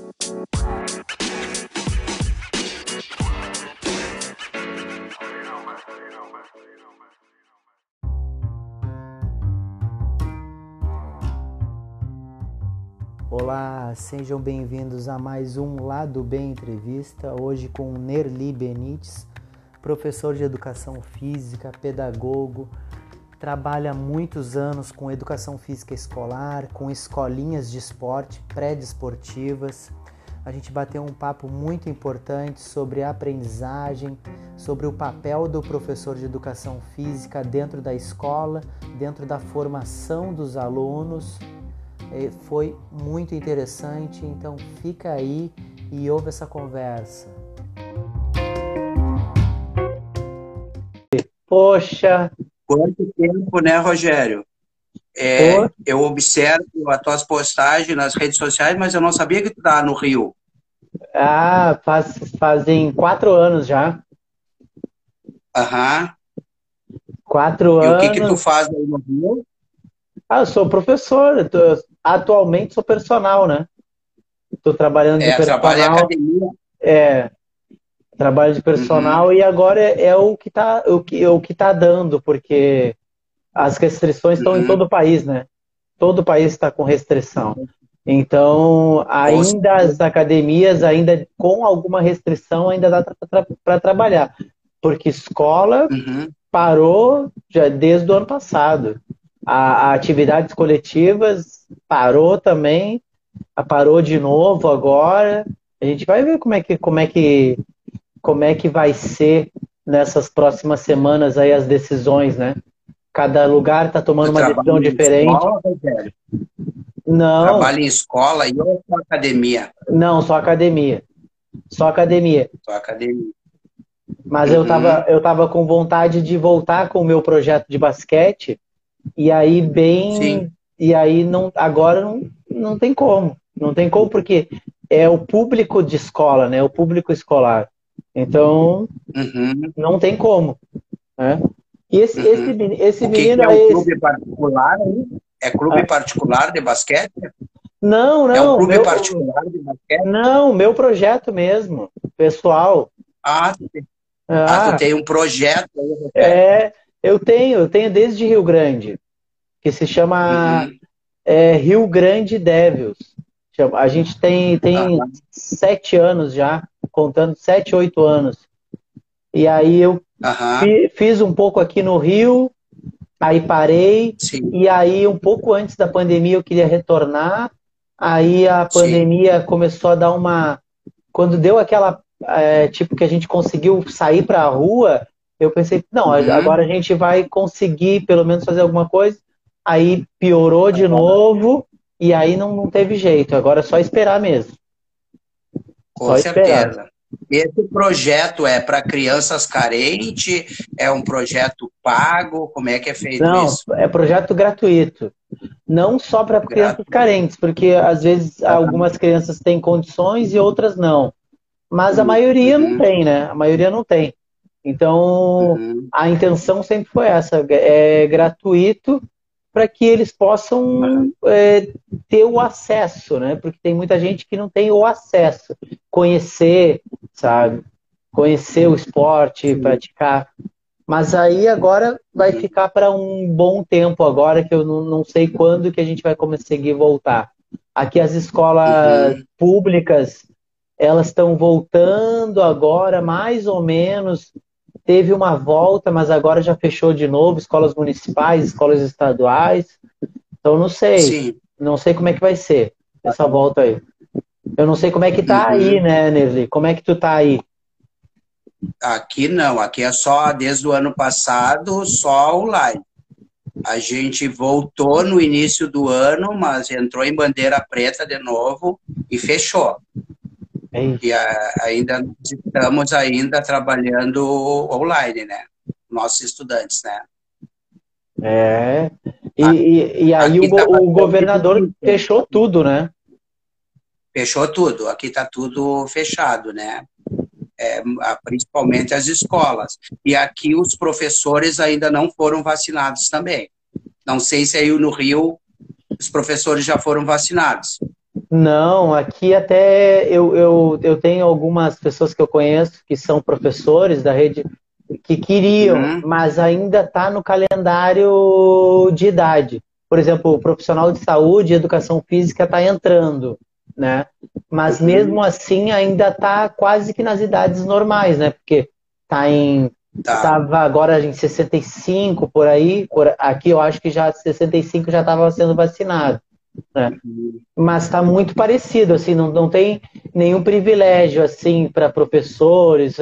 Olá, sejam bem-vindos a mais um Lado Bem Entrevista, hoje com o Nerli Benites, professor de Educação Física, pedagogo, trabalha há muitos anos com Educação Física Escolar, com escolinhas de esporte, pré-desportivas. A gente bateu um papo muito importante sobre a aprendizagem, sobre o papel do professor de Educação Física dentro da escola, dentro da formação dos alunos. Foi muito interessante, então fica aí e ouve essa conversa. Poxa! Quanto tempo, né, Rogério? Eu observo as tuas postagens nas redes sociais, mas eu não sabia que tu estava no Rio. Fazem 4 anos já. Aham. 4 E anos. o que tu faz aí no Rio? Eu sou professor, atualmente sou personal, né? Estou trabalhando de personal. Trabalha em academia. Trabalho de personal e agora é o que tá dando, porque as restrições estão em todo o país, né? Todo o país está com restrição. Então, ainda as academias, ainda com alguma restrição, ainda dá para trabalhar. Porque escola parou já desde o ano passado. A atividades coletivas parou também, parou de novo agora. A gente vai ver como é que vai ser nessas próximas semanas aí as decisões, né? Cada lugar está tomando uma decisão diferente. Escola, não. Trabalho em escola e ou só academia? Não, só academia. Só academia. Só academia. Mas eu tava com vontade de voltar com o meu projeto de basquete. E aí Sim. E aí agora não tem como. Não tem como, porque é o público de escola, né? O público escolar. Então, não tem como. Né? E esse menino é um clube particular aí? É clube particular de basquete? Não. É um clube particular de basquete? Não, meu projeto mesmo, pessoal. Tu tem um projeto aí? Eu tenho desde Rio Grande, que se chama Rio Grande Devils. A gente tem 7 anos já, contando 7, 8 anos. E aí eu fiz um pouco aqui no Rio, aí parei, e aí um pouco antes da pandemia eu queria retornar, aí a pandemia começou a dar uma... Quando deu aquela... tipo que a gente conseguiu sair para a rua, eu pensei, não, agora a gente vai conseguir pelo menos fazer alguma coisa. Aí piorou de novo, e aí não teve jeito, agora é só esperar mesmo. Com certeza. Esse projeto é para crianças carentes? É um projeto pago? Como é que é feito isso? Não, é projeto gratuito. Não só para crianças carentes, porque às vezes algumas crianças têm condições e outras não. Mas a maioria não tem, né? A maioria não tem. Então, a intenção sempre foi essa, é gratuito para que eles possam ter o acesso, né? Porque tem muita gente que não tem o acesso, conhecer, sabe? Conhecer o esporte, praticar. Mas aí agora vai ficar para um bom tempo agora, que eu não sei quando que a gente vai conseguir voltar. Aqui as escolas públicas, elas estão voltando agora, mais ou menos. Teve uma volta, mas agora já fechou de novo, escolas municipais, escolas estaduais. Então não sei. Sim. Não sei como é que vai ser essa volta aí. Eu não sei como é que tá aí, né, Nerli? Como é que tu tá aí? Aqui não, aqui é só desde o ano passado, só online. A gente voltou no início do ano, mas entrou em bandeira preta de novo e fechou. E ainda estamos trabalhando online, né? Nossos estudantes, né? E aí o governador fechou tudo, né? Fechou tudo. Aqui está tudo fechado, né? Principalmente as escolas. E aqui os professores ainda não foram vacinados também. Não sei se aí no Rio os professores já foram vacinados. Não, aqui até eu tenho algumas pessoas que eu conheço que são professores da rede que queriam, Uhum. mas ainda está no calendário de idade. Por exemplo, o profissional de saúde e educação física está entrando, né? Mas Uhum. mesmo assim ainda está quase que nas idades normais, né? Porque está Tá. tava agora em 65 por aí, aqui eu acho que já 65 já estava sendo vacinado, né? Uhum. Mas está muito parecido, assim, não tem nenhum privilégio assim para professores.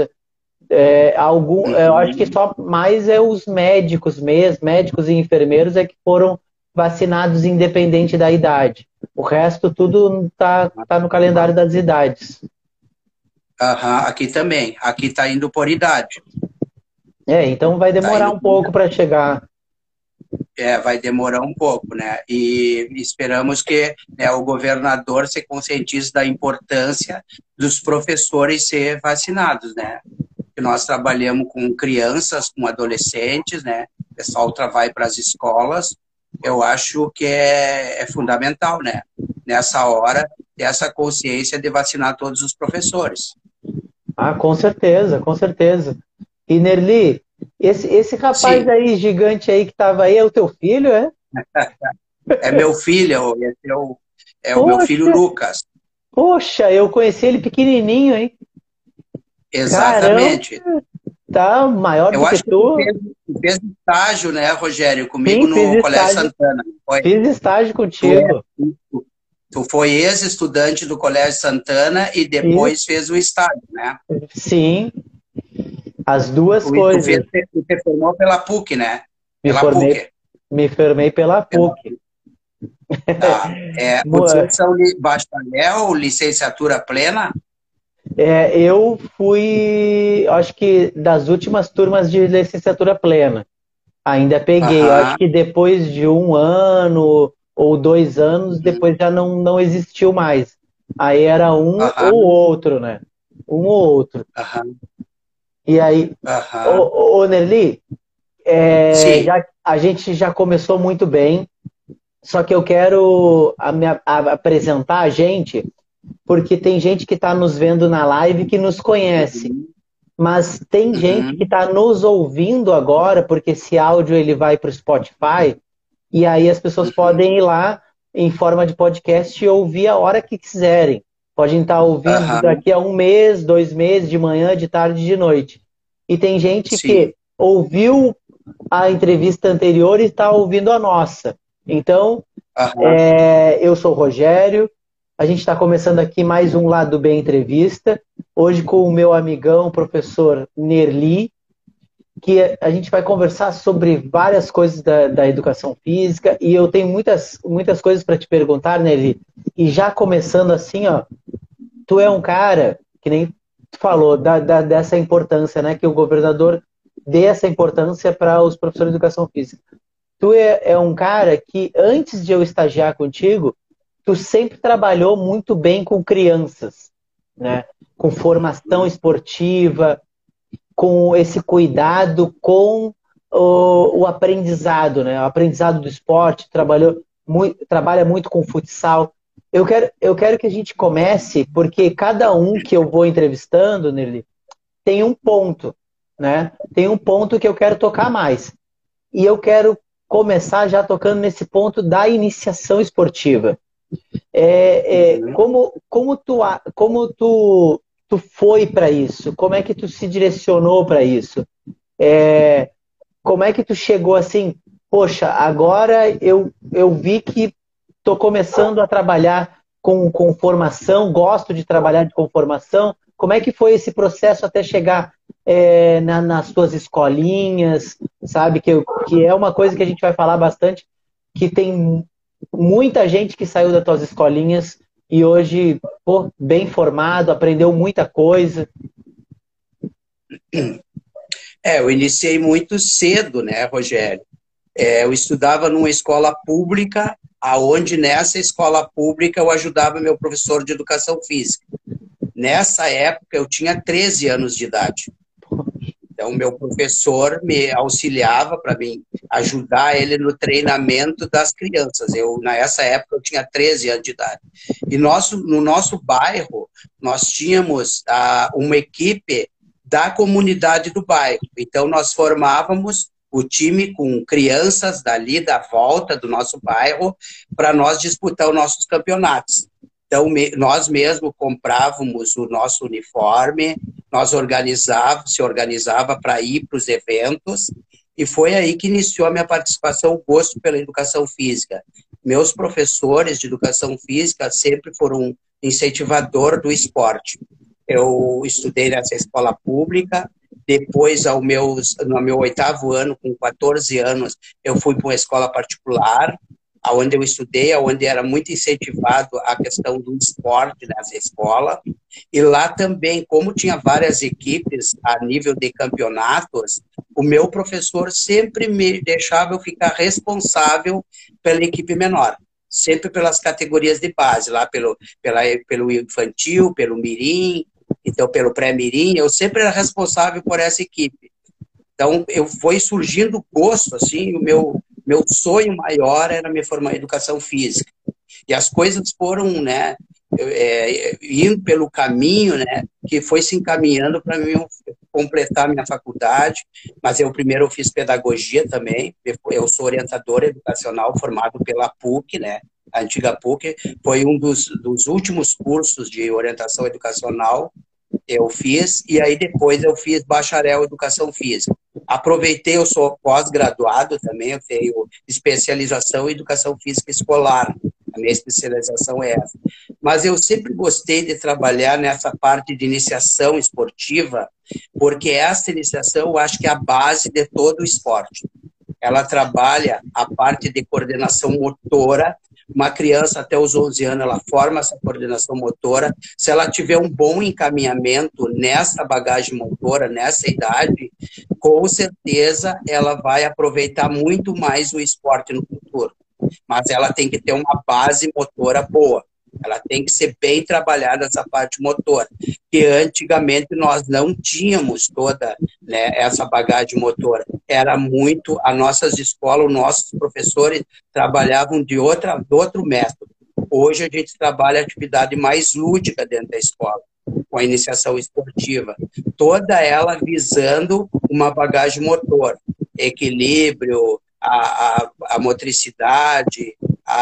Eu acho que Uhum. só mais é os médicos mesmo, médicos e enfermeiros é que foram vacinados independente da idade. O resto tudo tá no calendário das idades. Aham, aqui também. Aqui está indo por idade. Então vai Tá demorar indo um por pouco idade. para chegar. Vai demorar um pouco, né? E esperamos que, né, o governador se conscientize da importância dos professores ser vacinados, né? Que nós trabalhamos com crianças, com adolescentes, né? O pessoal vai para as escolas. Eu acho que é fundamental, né? Nessa hora, ter essa consciência de vacinar todos os professores. Ah, com certeza, com certeza. E Nerli, esse rapaz Sim, aí, gigante aí que tava aí, é o teu filho, é? é meu filho, esse é o meu filho Poxa, Lucas. poxa, eu conheci ele pequenininho, hein? Caramba, Exatamente. tá maior Eu do que acho que tu tu. fez, tu fez estágio, né, Rogério, comigo Sim, no Colégio Santana. Foi? fiz estágio Tu, é, contigo. tu, tu foi ex-estudante do Colégio Santana e Isso, depois fez o estágio, né? sim, as duas Tu fez, coisas. tu te formou pela PUC, né? Me Pela formei, PUC. me formei pela Pela, PUC. tá. Vocês são bacharel, licenciatura plena? Eu fui, acho que das últimas turmas de licenciatura plena. Ainda peguei. Eu acho Aham. que depois de um ano ou 2 anos, Uhum. depois já não existiu mais. Aí era um ou Aham. outro, né? Um ou outro. Aham. E aí, Aham. ô Nerli, Sim. a gente já começou muito bem, só que eu quero apresentar a gente, porque tem gente que está nos vendo na live que nos conhece, Uhum. mas tem gente que Uhum. está nos ouvindo agora, porque esse áudio ele vai para o Spotify, e aí as pessoas Uhum. podem ir lá em forma de podcast e ouvir a hora que quiserem. Podem estar ouvindo Aham. daqui a um mês, 2 meses, de manhã, de tarde, de noite. E tem gente Sim. que ouviu a entrevista anterior e está ouvindo a nossa. Então, Aham. eu sou o Rogério, a gente está começando aqui mais um Lado Bem Entrevista, hoje com o meu amigão, o professor Nerli, que a gente vai conversar sobre várias coisas da educação física e eu tenho muitas coisas para te perguntar, Nerli. E já começando assim, ó, tu é um cara, que nem tu falou, dessa importância, né, que o governador dê essa importância para os professores de educação física. Tu é um cara que, antes de eu estagiar contigo, tu sempre trabalhou muito bem com crianças, né? Com formação esportiva, com esse cuidado com o aprendizado, né? O aprendizado do esporte, trabalha muito com futsal. Eu quero que a gente comece, porque cada um que eu vou entrevistando, Nerli, tem um ponto, né? Tem um ponto que eu quero tocar mais. E eu quero começar já tocando nesse ponto da iniciação esportiva. Uhum. Como tu foi para isso? Como é que tu se direcionou para isso? Como é que tu chegou assim? Poxa, agora eu vi que estou começando a trabalhar com formação, gosto de trabalhar com formação. Como é que foi esse processo até chegar nas tuas escolinhas, sabe? Que é uma coisa que a gente vai falar bastante, que tem muita gente que saiu das tuas escolinhas e hoje, pô, bem formado, aprendeu muita coisa. Eu iniciei muito cedo, né, Rogério? Eu estudava numa escola pública, aonde nessa escola pública eu ajudava meu professor de educação física. Nessa época eu tinha 13 anos de idade. Então, meu professor me auxiliava para mim ajudar ele no treinamento das crianças. Nessa época, eu tinha 13 anos de idade. E no nosso bairro, nós tínhamos uma equipe da comunidade do bairro. Então, nós formávamos o time com crianças dali da volta do nosso bairro para nós disputar os nossos campeonatos. Então, nós mesmos comprávamos o nosso uniforme, se organizava para ir para os eventos, e foi aí que iniciou a minha participação, o gosto pela educação física. Meus professores de educação física sempre foram um incentivador do esporte. Eu estudei nessa escola pública, depois, no meu 8º ano, com 14 anos, eu fui para uma escola particular, onde eu estudei, onde era muito incentivado a questão do esporte nessa escola. E lá também, como tinha várias equipes a nível de campeonatos, o meu professor sempre me deixava eu ficar responsável pela equipe menor, sempre pelas categorias de base, lá pelo infantil, pelo mirim, então pelo pré-mirim, eu sempre era responsável por essa equipe. Então, foi surgindo o gosto, assim, o meu sonho maior era me formar em educação física. E as coisas foram, né, indo pelo caminho, né, que foi se encaminhando para mim completar minha faculdade, mas primeiro eu fiz pedagogia também, eu sou orientador educacional formado pela PUC, né, a antiga PUC, foi um dos últimos cursos de orientação educacional eu fiz, e aí depois eu fiz bacharel em educação física. Aproveitei, eu sou pós-graduado também, eu tenho especialização em educação física escolar, a minha especialização é essa. Mas eu sempre gostei de trabalhar nessa parte de iniciação esportiva, porque essa iniciação eu acho que é a base de todo o esporte. Ela trabalha a parte de coordenação motora. Uma criança até os 11 anos, ela forma essa coordenação motora. Se ela tiver um bom encaminhamento nessa bagagem motora, nessa idade, com certeza ela vai aproveitar muito mais o esporte no futuro. Mas ela tem que ter uma base motora boa. Ela tem que ser bem trabalhada essa parte motora, que antigamente nós não tínhamos toda, né, essa bagagem motora. Era muito, as nossas escolas, os nossos professores trabalhavam de outro método. Hoje a gente trabalha a atividade mais lúdica dentro da escola, com a iniciação esportiva, toda ela visando uma bagagem motora, equilíbrio, a motricidade,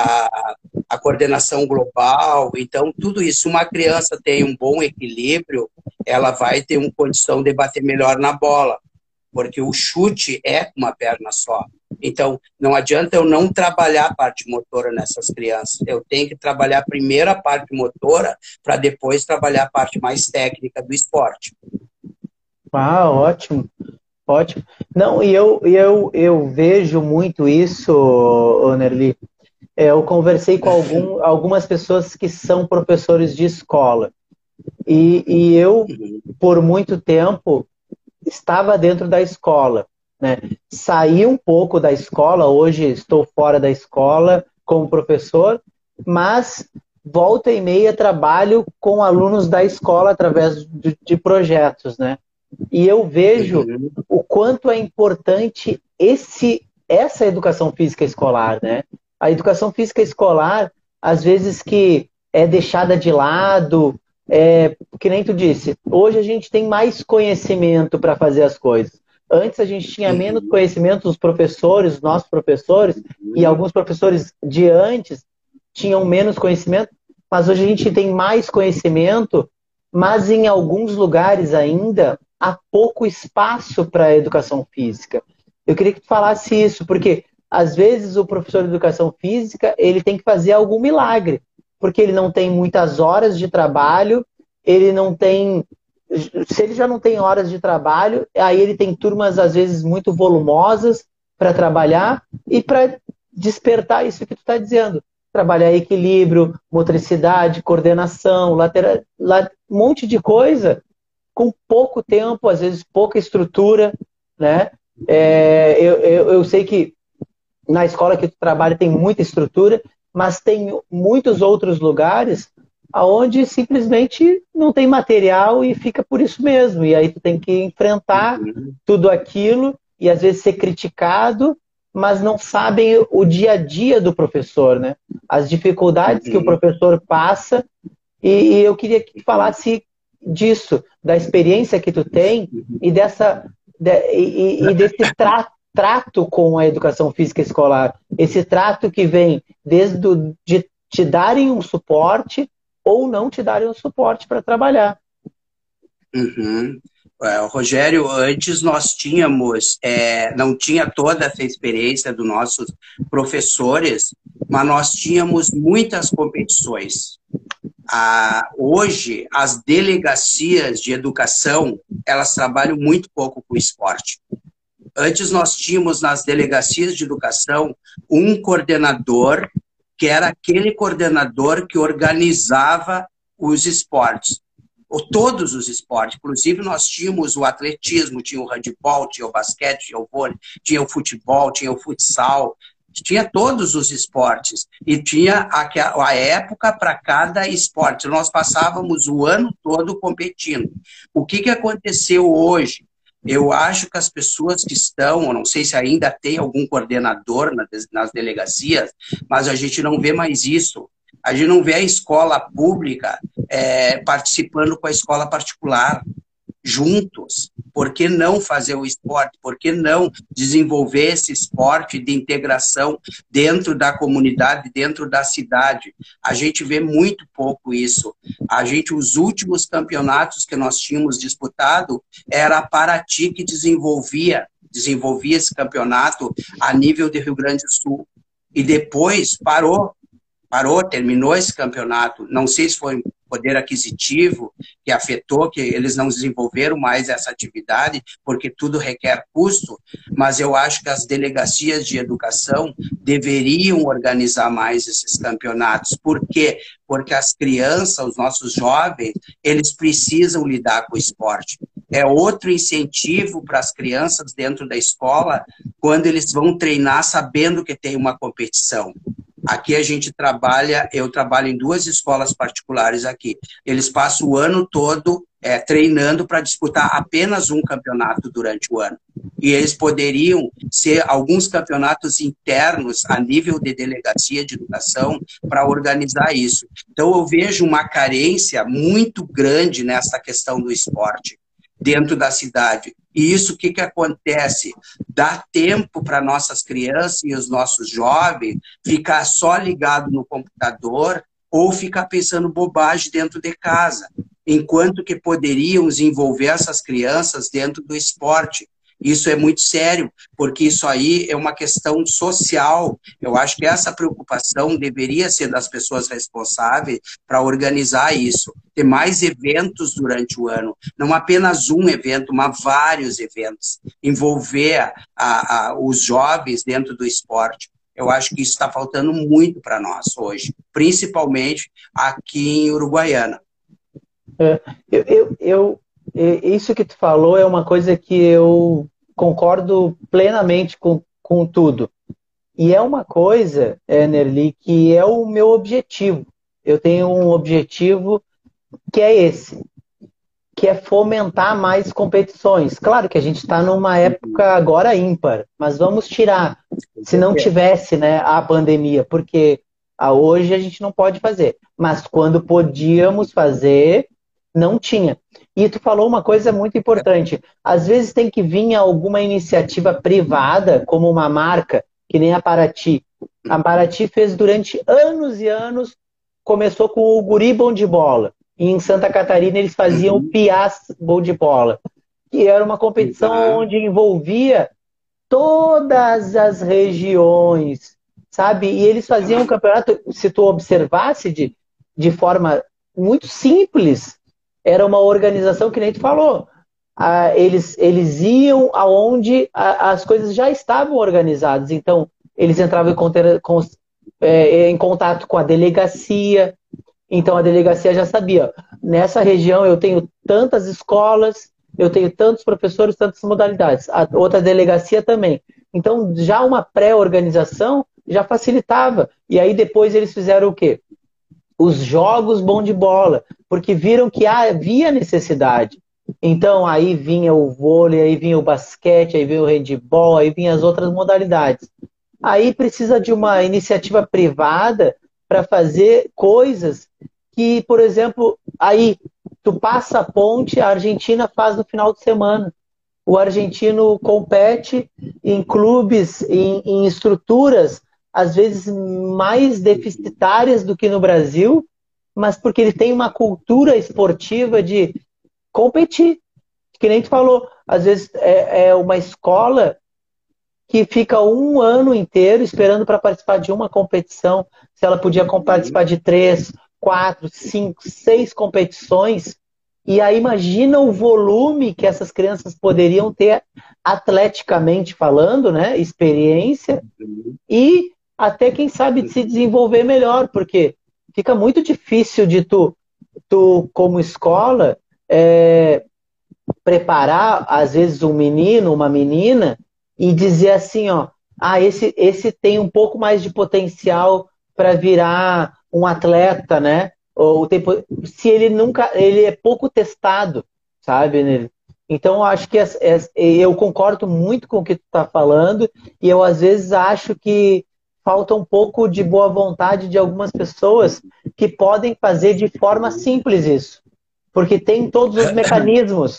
a coordenação global. Então, tudo isso, uma criança tem um bom equilíbrio, ela vai ter uma condição de bater melhor na bola, porque o chute é com uma perna só. Então, não adianta eu não trabalhar a parte motora nessas crianças. Eu tenho que trabalhar primeiro a parte motora para depois trabalhar a parte mais técnica do esporte. Ah, ótimo. Ótimo. Não, e eu vejo muito isso, Nerli. Eu conversei com algumas pessoas que são professores de escola. E eu, por muito tempo, estava dentro da escola, né? Saí um pouco da escola, hoje estou fora da escola como professor, mas volta e meia trabalho com alunos da escola através de projetos, né? E eu vejo o quanto é importante essa educação física escolar, né? A educação física escolar, às vezes que é deixada de lado, que nem tu disse, hoje a gente tem mais conhecimento para fazer as coisas. Antes a gente tinha menos conhecimento, os professores, os nossos professores, e alguns professores de antes tinham menos conhecimento, mas hoje a gente tem mais conhecimento, mas em alguns lugares ainda há pouco espaço para a educação física. Eu queria que tu falasse isso, porque às vezes o professor de educação física ele tem que fazer algum milagre, porque ele não tem muitas horas de trabalho, ele não tem... Se ele já não tem horas de trabalho, aí ele tem turmas às vezes muito volumosas para trabalhar e para despertar isso que tu está dizendo. Trabalhar equilíbrio, motricidade, coordenação, lateral, um monte de coisa com pouco tempo, às vezes pouca estrutura, né? Eu sei que na escola que tu trabalha tem muita estrutura, mas tem muitos outros lugares aonde simplesmente não tem material e fica por isso mesmo. E aí tu tem que enfrentar tudo aquilo e às vezes ser criticado, mas não sabem o dia a dia do professor, né? As dificuldades que o professor passa. E eu queria que tu falasse disso, da experiência que tu tem e desse trato com a educação física escolar. Esse trato que vem de te darem um suporte ou não te darem um suporte para trabalhar. Rogério, antes nós tínhamos, não tinha toda essa experiência dos nossos professores, mas nós tínhamos muitas competições. Hoje, as delegacias de educação, elas trabalham muito pouco com esporte. Antes nós tínhamos nas delegacias de educação um coordenador, que era aquele coordenador que organizava os esportes. Todos os esportes, inclusive nós tínhamos o atletismo, tinha o handebol, tinha o basquete, tinha o vôlei, tinha o futebol, tinha o futsal, tinha todos os esportes e tinha a época para cada esporte. Nós passávamos o ano todo competindo. O que aconteceu hoje? Eu acho que as pessoas que estão, eu não sei se ainda tem algum coordenador nas delegacias, mas a gente não vê mais isso. A gente não vê a escola pública participando com a escola particular juntos. Por que não fazer o esporte? Por que não desenvolver esse esporte de integração dentro da comunidade, dentro da cidade? A gente vê muito pouco isso. Os últimos campeonatos que nós tínhamos disputado era a Paraty que desenvolvia esse campeonato a nível de Rio Grande do Sul. E depois parou, terminou esse campeonato. Não sei se foi poder aquisitivo que afetou, que eles não desenvolveram mais essa atividade, porque tudo requer custo, mas eu acho que as delegacias de educação deveriam organizar mais esses campeonatos. Por quê? Porque as crianças, os nossos jovens, eles precisam lidar com o esporte. É outro incentivo para as crianças dentro da escola, quando eles vão treinar sabendo que tem uma competição. Aqui a gente trabalha, eu trabalho em 2 escolas particulares aqui. Eles passam o ano todo treinando para disputar apenas um campeonato durante o ano. E eles poderiam ser alguns campeonatos internos a nível de delegacia de educação para organizar isso. Então eu vejo uma carência muito grande nessa questão do esporte dentro da cidade. E isso, o que acontece? Dá tempo para nossas crianças e os nossos jovens ficar só ligado no computador ou ficar pensando bobagem dentro de casa, enquanto que poderiam desenvolver essas crianças dentro do esporte. Isso é muito sério, porque isso aí é uma questão social. Eu acho que essa preocupação deveria ser das pessoas responsáveis para organizar isso. Ter mais eventos durante o ano, não apenas um evento, mas vários eventos. Envolver os jovens dentro do esporte. Eu acho que isso está faltando muito para nós hoje, principalmente aqui em Uruguaiana. Isso que tu falou é uma coisa que eu concordo plenamente com tudo. E é uma coisa, Nerli, que é o meu objetivo. Eu tenho um objetivo que é esse, que é fomentar mais competições. Claro que a gente está numa época agora ímpar, mas vamos tirar, se não tivesse, né, a pandemia, porque hoje a gente não pode fazer. Mas quando podíamos fazer, não tinha. E tu falou uma coisa muito importante. Às vezes tem que vir alguma iniciativa privada, como uma marca, que nem a Paraty. A Paraty fez durante anos e anos, começou com o Guri Bom de Bola. E em Santa Catarina eles faziam o Piás Bom de Bola. Que era uma competição onde envolvia todas as regiões, sabe? E eles faziam um campeonato, se tu observasse de forma muito simples, era uma organização que nem tu falou. Eles iam aonde as coisas já estavam organizadas. Então, eles entravam em contato com a delegacia. Então, a delegacia já sabia. Nessa região eu tenho tantas escolas, eu tenho tantos professores, tantas modalidades. A outra delegacia também. Então, já uma pré-organização já facilitava. E aí, depois, eles fizeram o quê? os jogos bom de bola, porque viram que havia necessidade. Então, aí vinha o vôlei, aí vinha o basquete, aí vinha o handebol, aí vinha as outras modalidades. Aí precisa de uma iniciativa privada para fazer coisas que, por exemplo, aí tu passa a ponte, a Argentina faz no final de semana. O argentino compete em clubes, em estruturas, às vezes mais deficitárias do que no Brasil, mas porque ele tem uma cultura esportiva de competir. Que nem tu falou, às vezes é uma escola que fica um ano inteiro esperando para participar de uma competição, se ela podia participar de 3, 4, 5, 6 competições, e aí imagina o volume que essas crianças poderiam ter atleticamente falando, né? Experiência, e até, quem sabe, se desenvolver melhor, porque fica muito difícil de tu como escola, preparar, às vezes, um menino, uma menina, e dizer assim, ó, esse tem um pouco mais de potencial para virar um atleta, né? Ou se ele é pouco testado, sabe? Então, eu acho que eu concordo muito com o que tu está falando, e eu, às vezes, acho que falta um pouco de boa vontade de algumas pessoas que podem fazer de forma simples isso, porque tem todos os mecanismos.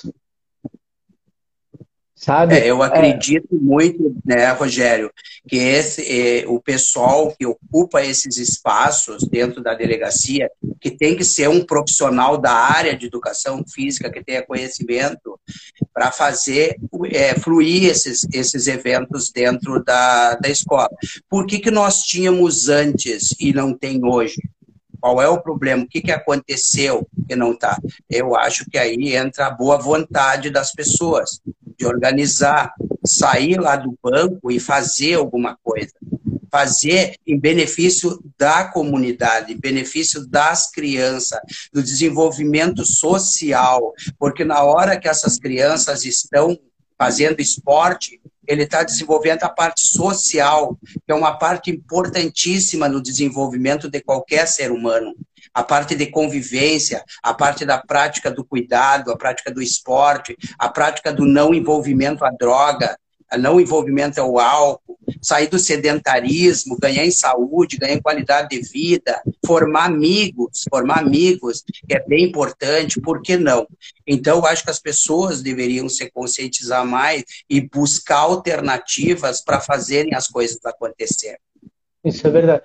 Sabe? Eu acredito muito, né, Rogério, que o pessoal que ocupa esses espaços dentro da delegacia, que tem que ser um profissional da área de educação física, que tenha conhecimento para fazer fluir esses eventos dentro da escola. Por que nós tínhamos antes e não tem hoje? Qual é o problema? O que aconteceu que não está? Eu acho que aí entra a boa vontade das pessoas de organizar, sair lá do banco e fazer alguma coisa. Fazer em benefício da comunidade, em benefício das crianças, do desenvolvimento social, porque na hora que essas crianças estão fazendo esporte, ele está desenvolvendo a parte social, que é uma parte importantíssima no desenvolvimento de qualquer ser humano. A parte de convivência, a parte da prática do cuidado, a prática do esporte, a prática do não envolvimento à droga, a não envolvimento ao álcool, sair do sedentarismo, ganhar em saúde, ganhar em qualidade de vida, formar amigos, que é bem importante, por que não? Então, eu acho que as pessoas deveriam se conscientizar mais e buscar alternativas para fazerem as coisas acontecerem. Isso é verdade.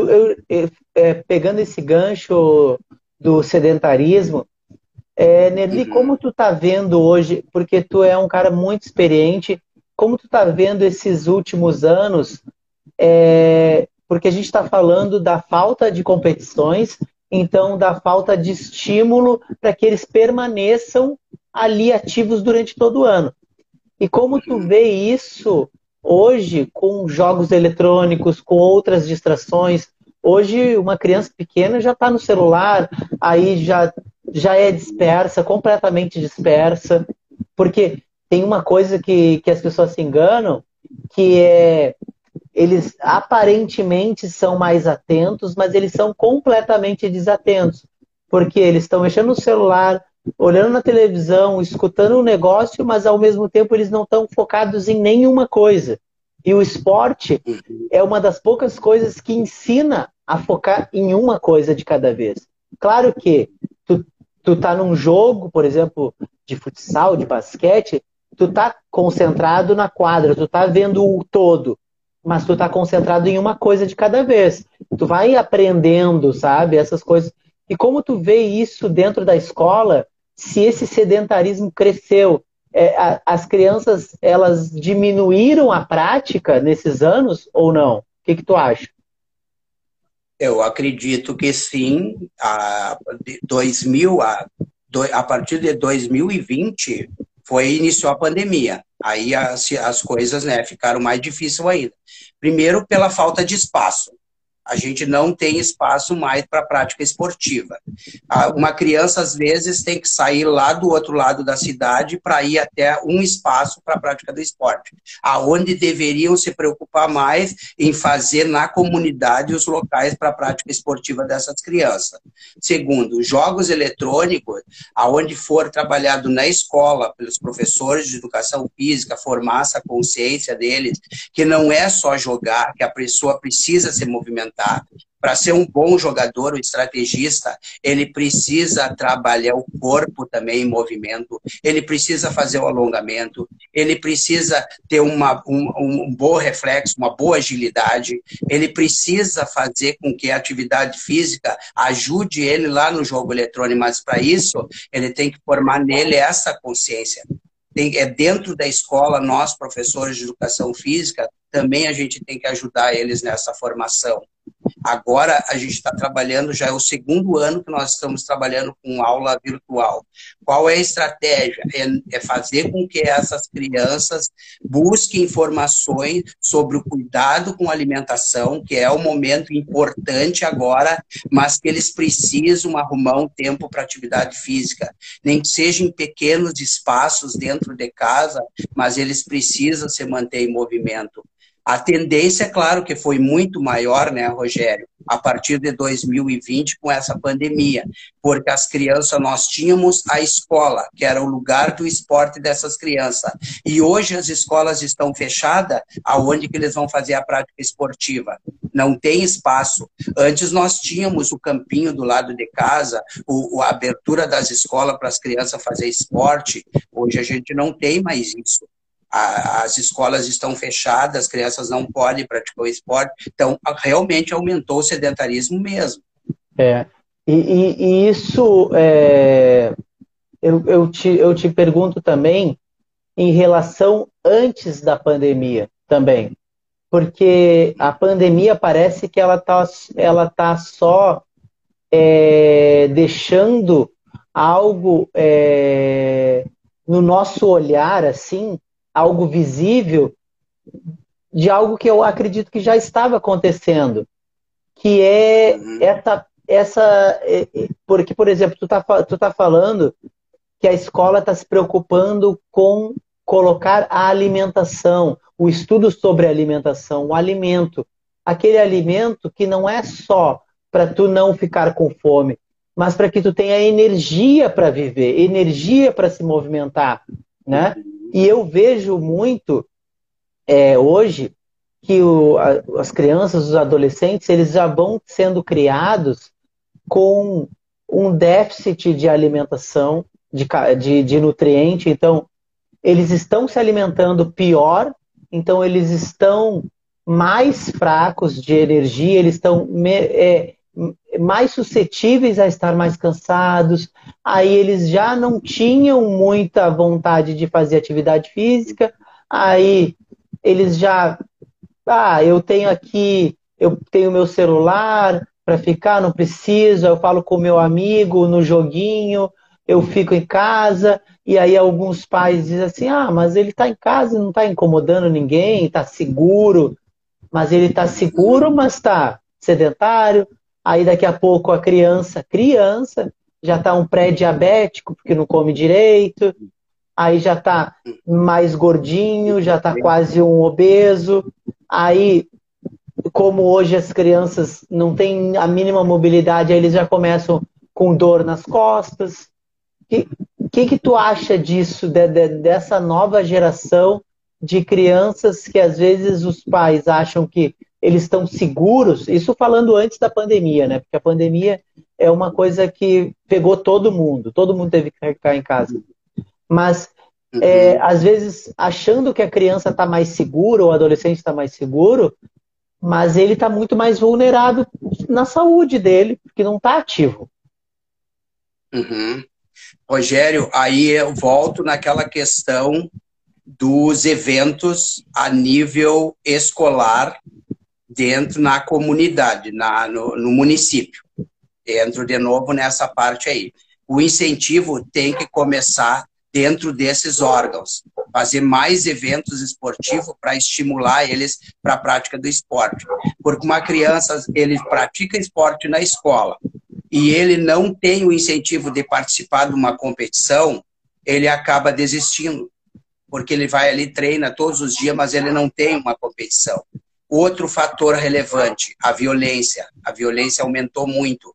Pegando esse gancho do sedentarismo, Nerli, como tu tá vendo hoje, porque tu é um cara muito experiente, como tu tá vendo esses últimos anos, porque a gente está falando da falta de competições, então da falta de estímulo para que eles permaneçam ali ativos durante todo o ano. E como tu vê isso hoje com jogos eletrônicos, com outras distrações? Hoje uma criança pequena já está no celular, aí já é dispersa, completamente dispersa, porque tem uma coisa que as pessoas se enganam, que eles aparentemente são mais atentos, mas eles são completamente desatentos, porque eles estão mexendo no celular, olhando na televisão, escutando um negócio, mas ao mesmo tempo eles não estão focados em nenhuma coisa. E o esporte é uma das poucas coisas que ensina a focar em uma coisa de cada vez. Claro que tu tá num jogo, por exemplo, de futsal, de basquete, tu tá concentrado na quadra, tu tá vendo o todo, mas tu tá concentrado em uma coisa de cada vez. Tu vai aprendendo, sabe, essas coisas. E como tu vê isso dentro da escola, se esse sedentarismo cresceu, as crianças, elas diminuíram a prática nesses anos ou não? O que tu acha? Eu acredito que sim. A partir de 2020 iniciou a pandemia. Aí as coisas, né, ficaram mais difíceis ainda. Primeiro, pela falta de espaço. A gente não tem espaço mais para prática esportiva. Uma criança, às vezes, tem que sair lá do outro lado da cidade para ir até um espaço para a prática do esporte, aonde deveriam se preocupar mais em fazer na comunidade os locais para a prática esportiva dessas crianças. Segundo, jogos eletrônicos, aonde for trabalhado na escola pelos professores de educação física, formar essa consciência deles, que não é só jogar, que a pessoa precisa se movimentar. Para ser um bom jogador, um estrategista, ele precisa trabalhar o corpo também em movimento, ele precisa fazer o alongamento, ele precisa ter um bom reflexo, uma boa agilidade, ele precisa fazer com que a atividade física ajude ele lá no jogo eletrônico, mas para isso ele tem que formar nele essa consciência. É dentro da escola, nós, professores de educação física, também a gente tem que ajudar eles nessa formação. Agora a gente está trabalhando, já é o segundo ano que nós estamos trabalhando com aula virtual. Qual é a estratégia? É fazer com que essas crianças busquem informações sobre o cuidado com a alimentação, que é um momento importante agora, mas que eles precisam arrumar um tempo para atividade física. Nem que seja em pequenos espaços dentro de casa, mas eles precisam se manter em movimento. A tendência, é claro, que foi muito maior, né, Rogério, a partir de 2020 com essa pandemia, porque as crianças, nós tínhamos a escola, que era o lugar do esporte dessas crianças, e hoje as escolas estão fechadas, aonde que eles vão fazer a prática esportiva? Não tem espaço. Antes nós tínhamos o campinho do lado de casa, a abertura das escolas para as crianças fazer esporte, hoje a gente não tem mais isso. As escolas estão fechadas, as crianças não podem praticar o esporte, então realmente aumentou o sedentarismo mesmo. E isso, eu te pergunto também em relação antes da pandemia também, porque a pandemia parece que ela tá só deixando algo no nosso olhar, assim, algo visível de algo que eu acredito que já estava acontecendo, que é porque, por exemplo, tu tá falando que a escola está se preocupando com colocar a alimentação, o estudo sobre a alimentação, o alimento, aquele alimento que não é só para tu não ficar com fome, mas para que tu tenha energia para viver, energia para se movimentar, né? E eu vejo muito hoje que as crianças, os adolescentes, eles já vão sendo criados com um déficit de alimentação, de nutriente. Então, eles estão se alimentando pior, então eles estão mais fracos de energia, eles estão mais suscetíveis a estar mais cansados, aí eles já não tinham muita vontade de fazer atividade física, aí eles já, eu tenho meu celular para ficar, não preciso, eu falo com meu amigo no joguinho, eu fico em casa, e aí alguns pais dizem assim, mas ele está em casa, não está incomodando ninguém, está seguro, mas ele está seguro, mas está sedentário. Aí daqui a pouco a criança já está um pré-diabético, porque não come direito, aí já está mais gordinho, já está quase um obeso. Aí, como hoje as crianças não têm a mínima mobilidade, aí eles já começam com dor nas costas. O que tu acha disso, dessa nova geração de crianças que às vezes os pais acham que eles estão seguros, isso falando antes da pandemia, né? Porque a pandemia é uma coisa que pegou todo mundo teve que ficar em casa. Mas, às vezes, achando que a criança está mais segura, ou o adolescente está mais seguro, mas ele está muito mais vulnerável na saúde dele, porque não está ativo. Rogério, aí eu volto naquela questão dos eventos a nível escolar, dentro na comunidade, no município. Entro de novo nessa parte aí. O incentivo tem que começar dentro desses órgãos, fazer mais eventos esportivos para estimular eles para a prática do esporte. Porque uma criança, ele pratica esporte na escola e ele não tem o incentivo de participar de uma competição, ele acaba desistindo, porque ele vai ali, treina todos os dias, mas ele não tem uma competição. Outro fator relevante, a violência. A violência aumentou muito.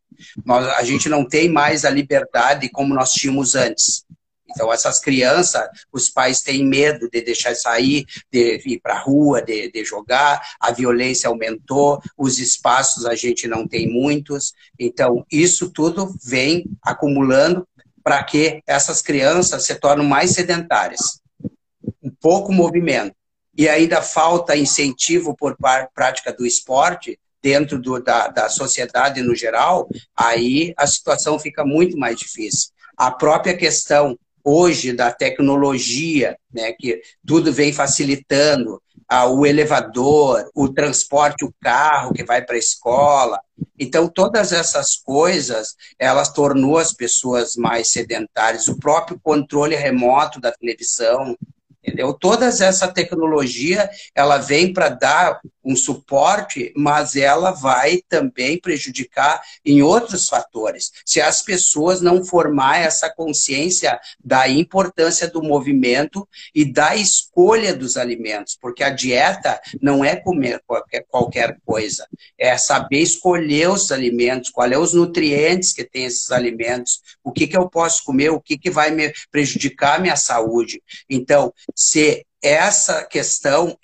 A gente não tem mais a liberdade como nós tínhamos antes. Então, essas crianças, os pais têm medo de deixar sair, de ir para a rua, de jogar. A violência aumentou, os espaços a gente não tem muitos. Então, isso tudo vem acumulando para que essas crianças se tornem mais sedentárias. Um pouco movimento. E ainda falta incentivo por prática do esporte dentro da sociedade no geral, aí a situação fica muito mais difícil. A própria questão hoje da tecnologia, né, que tudo vem facilitando, o elevador, o transporte, o carro que vai para a escola. Então, todas essas coisas, elas tornou as pessoas mais sedentárias. O próprio controle remoto da televisão, entendeu? Toda essa tecnologia, ela vem para dar um suporte, mas ela vai também prejudicar em outros fatores. Se as pessoas não formar essa consciência da importância do movimento e da escolha dos alimentos, porque a dieta não é comer qualquer coisa, é saber escolher os alimentos, quais são os nutrientes que tem esses alimentos, o que eu posso comer, o que vai me prejudicar a minha saúde. Então, se essa questão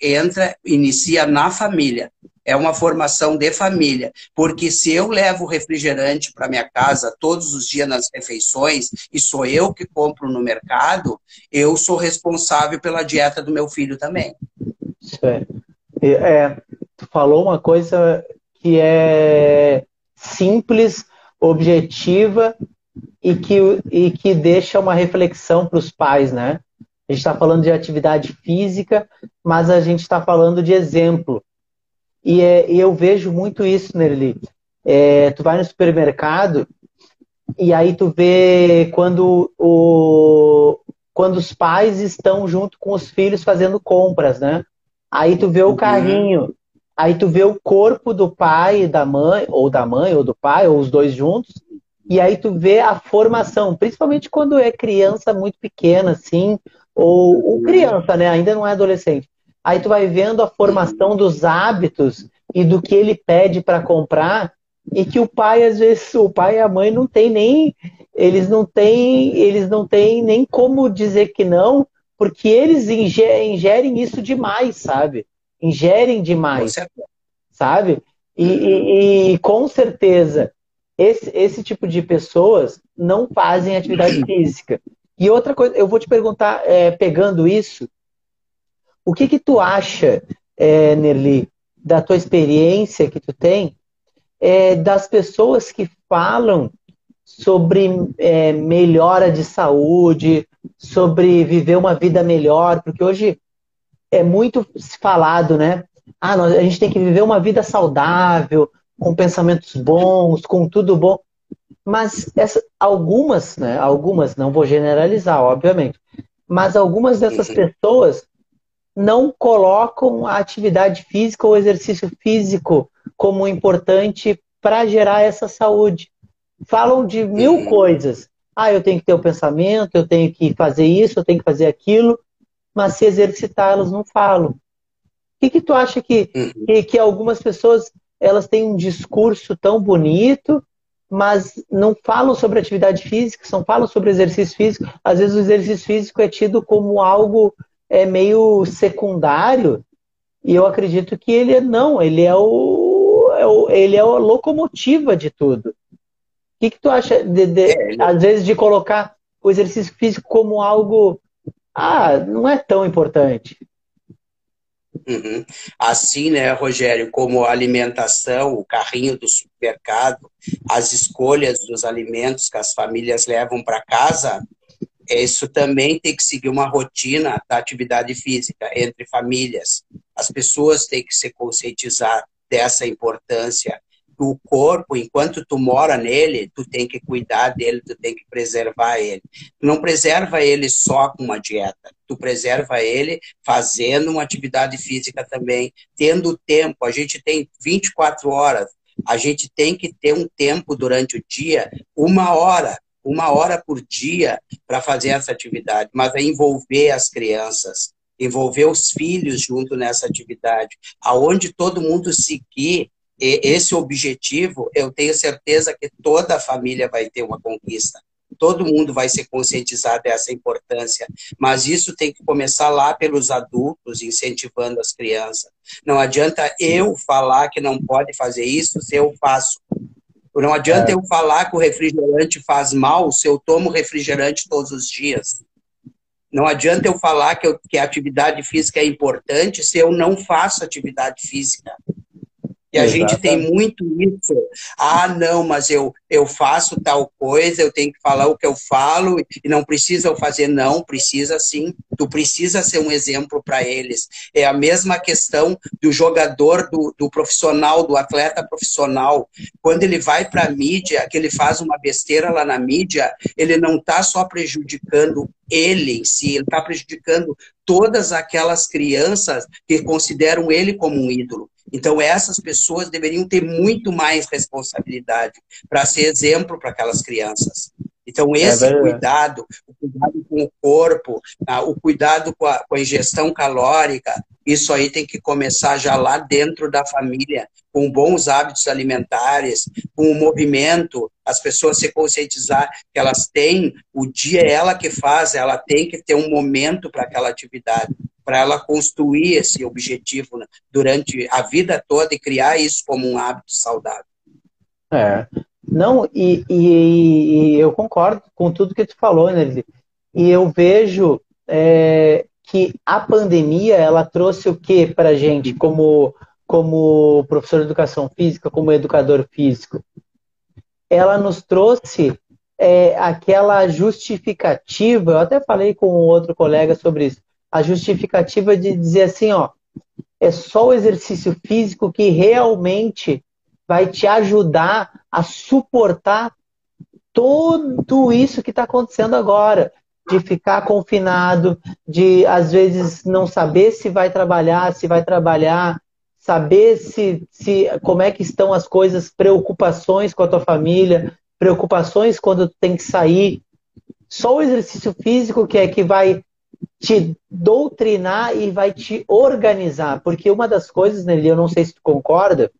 inicia na família, é uma formação de família, porque se eu levo refrigerante para minha casa todos os dias nas refeições e sou eu que compro no mercado, eu sou responsável pela dieta do meu filho também. Isso tu falou uma coisa que é simples, objetiva e que deixa uma reflexão para os pais, né? A gente está falando de atividade física, mas a gente está falando de exemplo. E eu vejo muito isso, Nerli. Tu vai no supermercado e aí tu vê quando os pais estão junto com os filhos fazendo compras, né? Aí tu vê o carrinho, aí tu vê o corpo do pai e da mãe, ou do pai, ou os dois juntos, e aí tu vê a formação, principalmente quando é criança muito pequena, assim, ou criança, né? Ainda não é adolescente. Aí tu vai vendo a formação dos hábitos e do que ele pede para comprar, e que o pai, às vezes, o pai e a mãe não tem nem... Eles não têm nem como dizer que não, porque eles ingerem isso demais, sabe? Ingerem demais, sabe? E com certeza, esse tipo de pessoas não fazem atividade física. E outra coisa, eu vou te perguntar, pegando isso, o que tu acha, Nerli, da tua experiência que tu tem, das pessoas que falam sobre melhora de saúde, sobre viver uma vida melhor, porque hoje é muito falado, né? A gente tem que viver uma vida saudável, com pensamentos bons, com tudo bom. Mas algumas, né? Algumas, não vou generalizar, obviamente, mas algumas dessas pessoas não colocam a atividade física ou exercício físico como importante para gerar essa saúde. Falam de mil coisas. Eu tenho que ter o pensamento, eu tenho que fazer isso, eu tenho que fazer aquilo, mas se exercitar, elas não falam. O que tu acha que algumas pessoas elas têm um discurso tão bonito, mas não falam sobre atividade física, não falam sobre exercício físico? Às vezes o exercício físico é tido como algo meio secundário, e eu acredito que ele ele é a locomotiva de tudo. O que tu acha, às vezes, de colocar o exercício físico como algo... não é tão importante? Assim, né, Rogério, como a alimentação, o carrinho do supermercado, as escolhas dos alimentos que as famílias levam para casa, isso também tem que seguir uma rotina da atividade física entre famílias. As pessoas têm que se conscientizar dessa importância, o corpo, enquanto tu mora nele, tu tem que cuidar dele, tu tem que preservar ele. Tu não preserva ele só com uma dieta, tu preserva ele fazendo uma atividade física também, tendo tempo. A gente tem 24 horas, a gente tem que ter um tempo durante o dia, uma hora por dia para fazer essa atividade, mas é envolver as crianças, envolver os filhos junto nessa atividade, aonde todo mundo seguir esse objetivo, eu tenho certeza que toda a família vai ter uma conquista. Todo mundo vai se conscientizar dessa importância, mas isso tem que começar lá pelos adultos, incentivando as crianças. Não adianta eu falar que não pode fazer isso se eu faço. Não adianta eu falar que o refrigerante faz mal se eu tomo refrigerante todos os dias. Não adianta eu falar que a atividade física é importante se eu não faço atividade física. E a gente tem muito isso. Ah, não, mas eu faço tal coisa, eu tenho que falar o que eu falo e não precisa eu fazer. Não, precisa sim. Tu precisa ser um exemplo para eles. É a mesma questão do jogador, do profissional, do atleta profissional. Quando ele vai para a mídia, que ele faz uma besteira lá na mídia, ele não está só prejudicando ele em si, ele está prejudicando todas aquelas crianças que consideram ele como um ídolo. Então, essas pessoas deveriam ter muito mais responsabilidade para ser exemplo para aquelas crianças. Então, esse cuidado, o cuidado com o corpo, o cuidado com a ingestão calórica, isso aí tem que começar já lá dentro da família, com bons hábitos alimentares, com o movimento, as pessoas se conscientizar que elas têm, o dia é ela que faz, ela tem que ter um momento para aquela atividade, para ela construir esse objetivo, né, durante a vida toda e criar isso como um hábito saudável. Não, e eu concordo com tudo que tu falou, né? E eu vejo que a pandemia, ela trouxe o que para a gente como professor de educação física, como educador físico? Ela nos trouxe aquela justificativa, eu até falei com um outro colega sobre isso, a justificativa de dizer assim, ó, é só o exercício físico que realmente vai te ajudar a suportar tudo isso que está acontecendo agora, de ficar confinado, de às vezes não saber se vai trabalhar, saber como é que estão as coisas, preocupações com a tua família, preocupações quando tu tem que sair. Só o exercício físico que vai te doutrinar e vai te organizar. Porque uma das coisas, Nelly, eu não sei se tu concorda,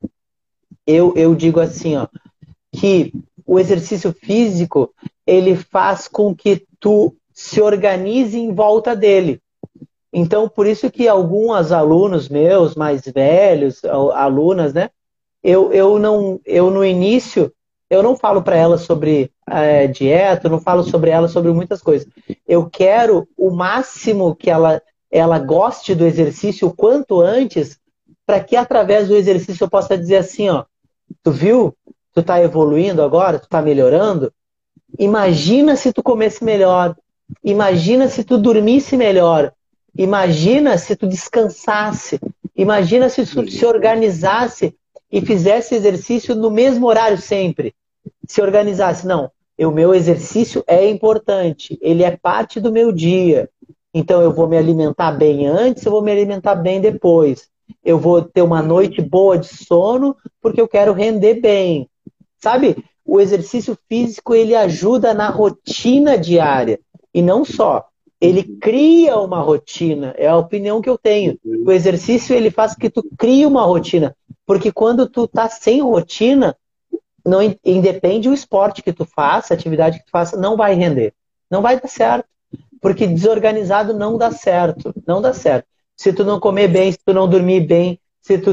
eu digo assim, ó, que o exercício físico, ele faz com que tu se organize em volta dele. Então, por isso que alguns alunos meus, mais velhos, alunas, né, eu no início, eu não falo para elas sobre dieta, eu não falo sobre elas sobre muitas coisas. Eu quero o máximo que ela goste do exercício o quanto antes, para que através do exercício eu possa dizer assim, ó, tu viu? Tu tá evoluindo agora? Tu tá melhorando? Imagina se tu comesse melhor. Imagina se tu dormisse melhor. Imagina se tu descansasse. Imagina se tu se organizasse e fizesse exercício no mesmo horário sempre. Se organizasse. Não, o meu exercício é importante. Ele é parte do meu dia. Então eu vou me alimentar bem antes, eu vou me alimentar bem depois. Eu vou ter uma noite boa de sono porque eu quero render bem. Sabe? O exercício físico, ele ajuda na rotina diária. E não só. Ele cria uma rotina. É a opinião que eu tenho. O exercício, ele faz que tu crie uma rotina. Porque quando tu tá sem rotina, não independe o esporte que tu faça, a atividade que tu faça, não vai render. Não vai dar certo. Porque desorganizado não dá certo. Não dá certo. Se tu não comer bem, se tu não dormir bem, se tu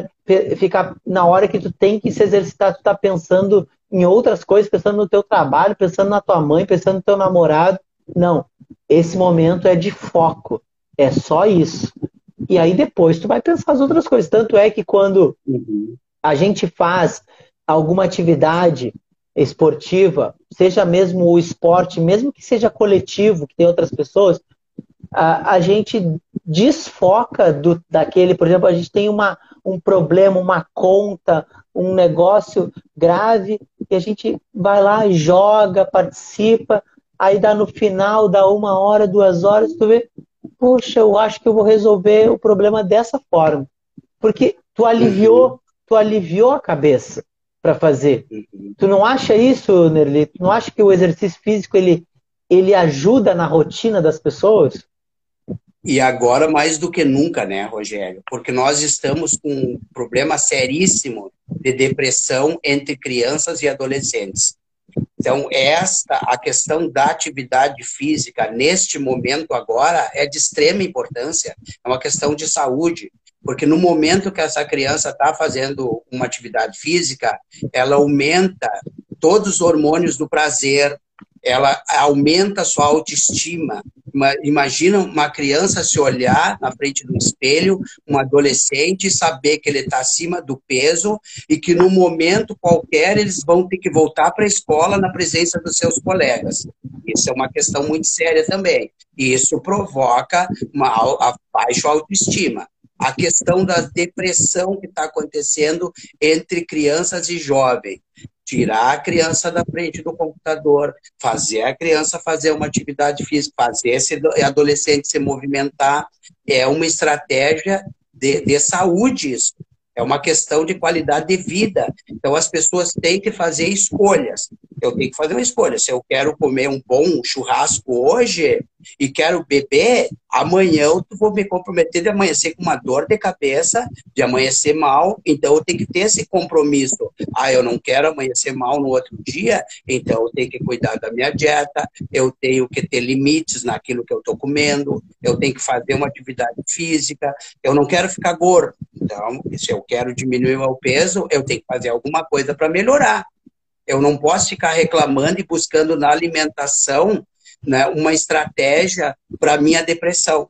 ficar na hora que tu tem que se exercitar, tu tá pensando em outras coisas, pensando no teu trabalho, pensando na tua mãe, pensando no teu namorado. Não. Esse momento é de foco. É só isso. E aí depois tu vai pensar as outras coisas. Tanto é que quando a gente faz alguma atividade esportiva, seja mesmo o esporte, mesmo que seja coletivo, que tem outras pessoas, a gente desfoca daquele, por exemplo, a gente tem um problema, uma conta, um negócio grave, e a gente vai lá, joga, participa, aí dá no final, dá 1 hora, 2 horas, tu vê, poxa, eu acho que eu vou resolver o problema dessa forma. Porque tu aliviou a cabeça para fazer. Tu não acha isso, Nerli? Tu não acha que o exercício físico ele ajuda na rotina das pessoas? E agora mais do que nunca, né, Rogério? Porque nós estamos com um problema seríssimo de depressão entre crianças e adolescentes. Então, a questão da atividade física, neste momento agora, é de extrema importância. É uma questão de saúde. Porque no momento que essa criança está fazendo uma atividade física, ela aumenta todos os hormônios do prazer, ela aumenta a sua autoestima. Imagina uma criança se olhar na frente do espelho, um adolescente, saber que ele está acima do peso e que no momento qualquer eles vão ter que voltar para a escola na presença dos seus colegas. Isso é uma questão muito séria também. E isso provoca uma baixa autoestima. A questão da depressão que está acontecendo entre crianças e jovens. Tirar a criança da frente do computador, fazer a criança fazer uma atividade física, fazer esse adolescente se movimentar, é uma estratégia de saúde isso. É uma questão de qualidade de vida. Então, as pessoas têm que fazer escolhas. Eu tenho que fazer uma escolha. Se eu quero comer um bom churrasco hoje e quero beber, amanhã eu vou me comprometer de amanhecer com uma dor de cabeça, de amanhecer mal. Então, eu tenho que ter esse compromisso. Eu não quero amanhecer mal no outro dia, então eu tenho que cuidar da minha dieta, eu tenho que ter limites naquilo que eu estou comendo, eu tenho que fazer uma atividade física, eu não quero ficar gordo. Então, se eu quero diminuir o meu peso, eu tenho que fazer alguma coisa para melhorar. Eu não posso ficar reclamando e buscando na alimentação, né, uma estratégia para a minha depressão.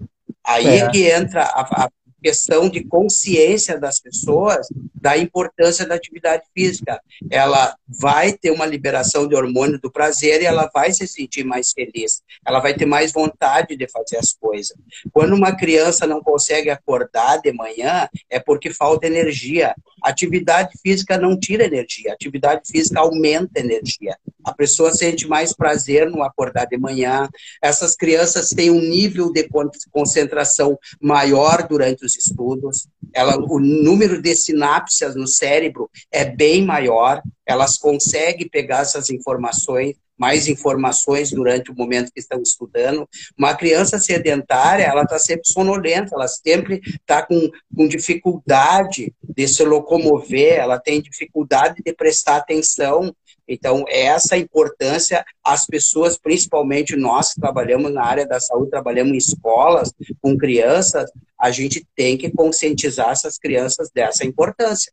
Aí é que entra a questão de consciência das pessoas da importância da atividade física. Ela vai ter uma liberação de hormônio do prazer e ela vai se sentir mais feliz. Ela vai ter mais vontade de fazer as coisas. Quando uma criança não consegue acordar de manhã, é porque falta energia. Atividade física não tira energia. Atividade física aumenta energia. A pessoa sente mais prazer no acordar de manhã. Essas crianças têm um nível de concentração maior durante os estudos. O número de sinapses no cérebro é bem maior. Elas conseguem pegar essas informações, mais informações durante o momento que estão estudando. Uma criança sedentária, ela está sempre sonolenta, ela sempre está com dificuldade de se locomover, ela tem dificuldade de prestar atenção. Então, essa importância, as pessoas, principalmente nós que trabalhamos na área da saúde, trabalhamos em escolas, com crianças, a gente tem que conscientizar essas crianças dessa importância.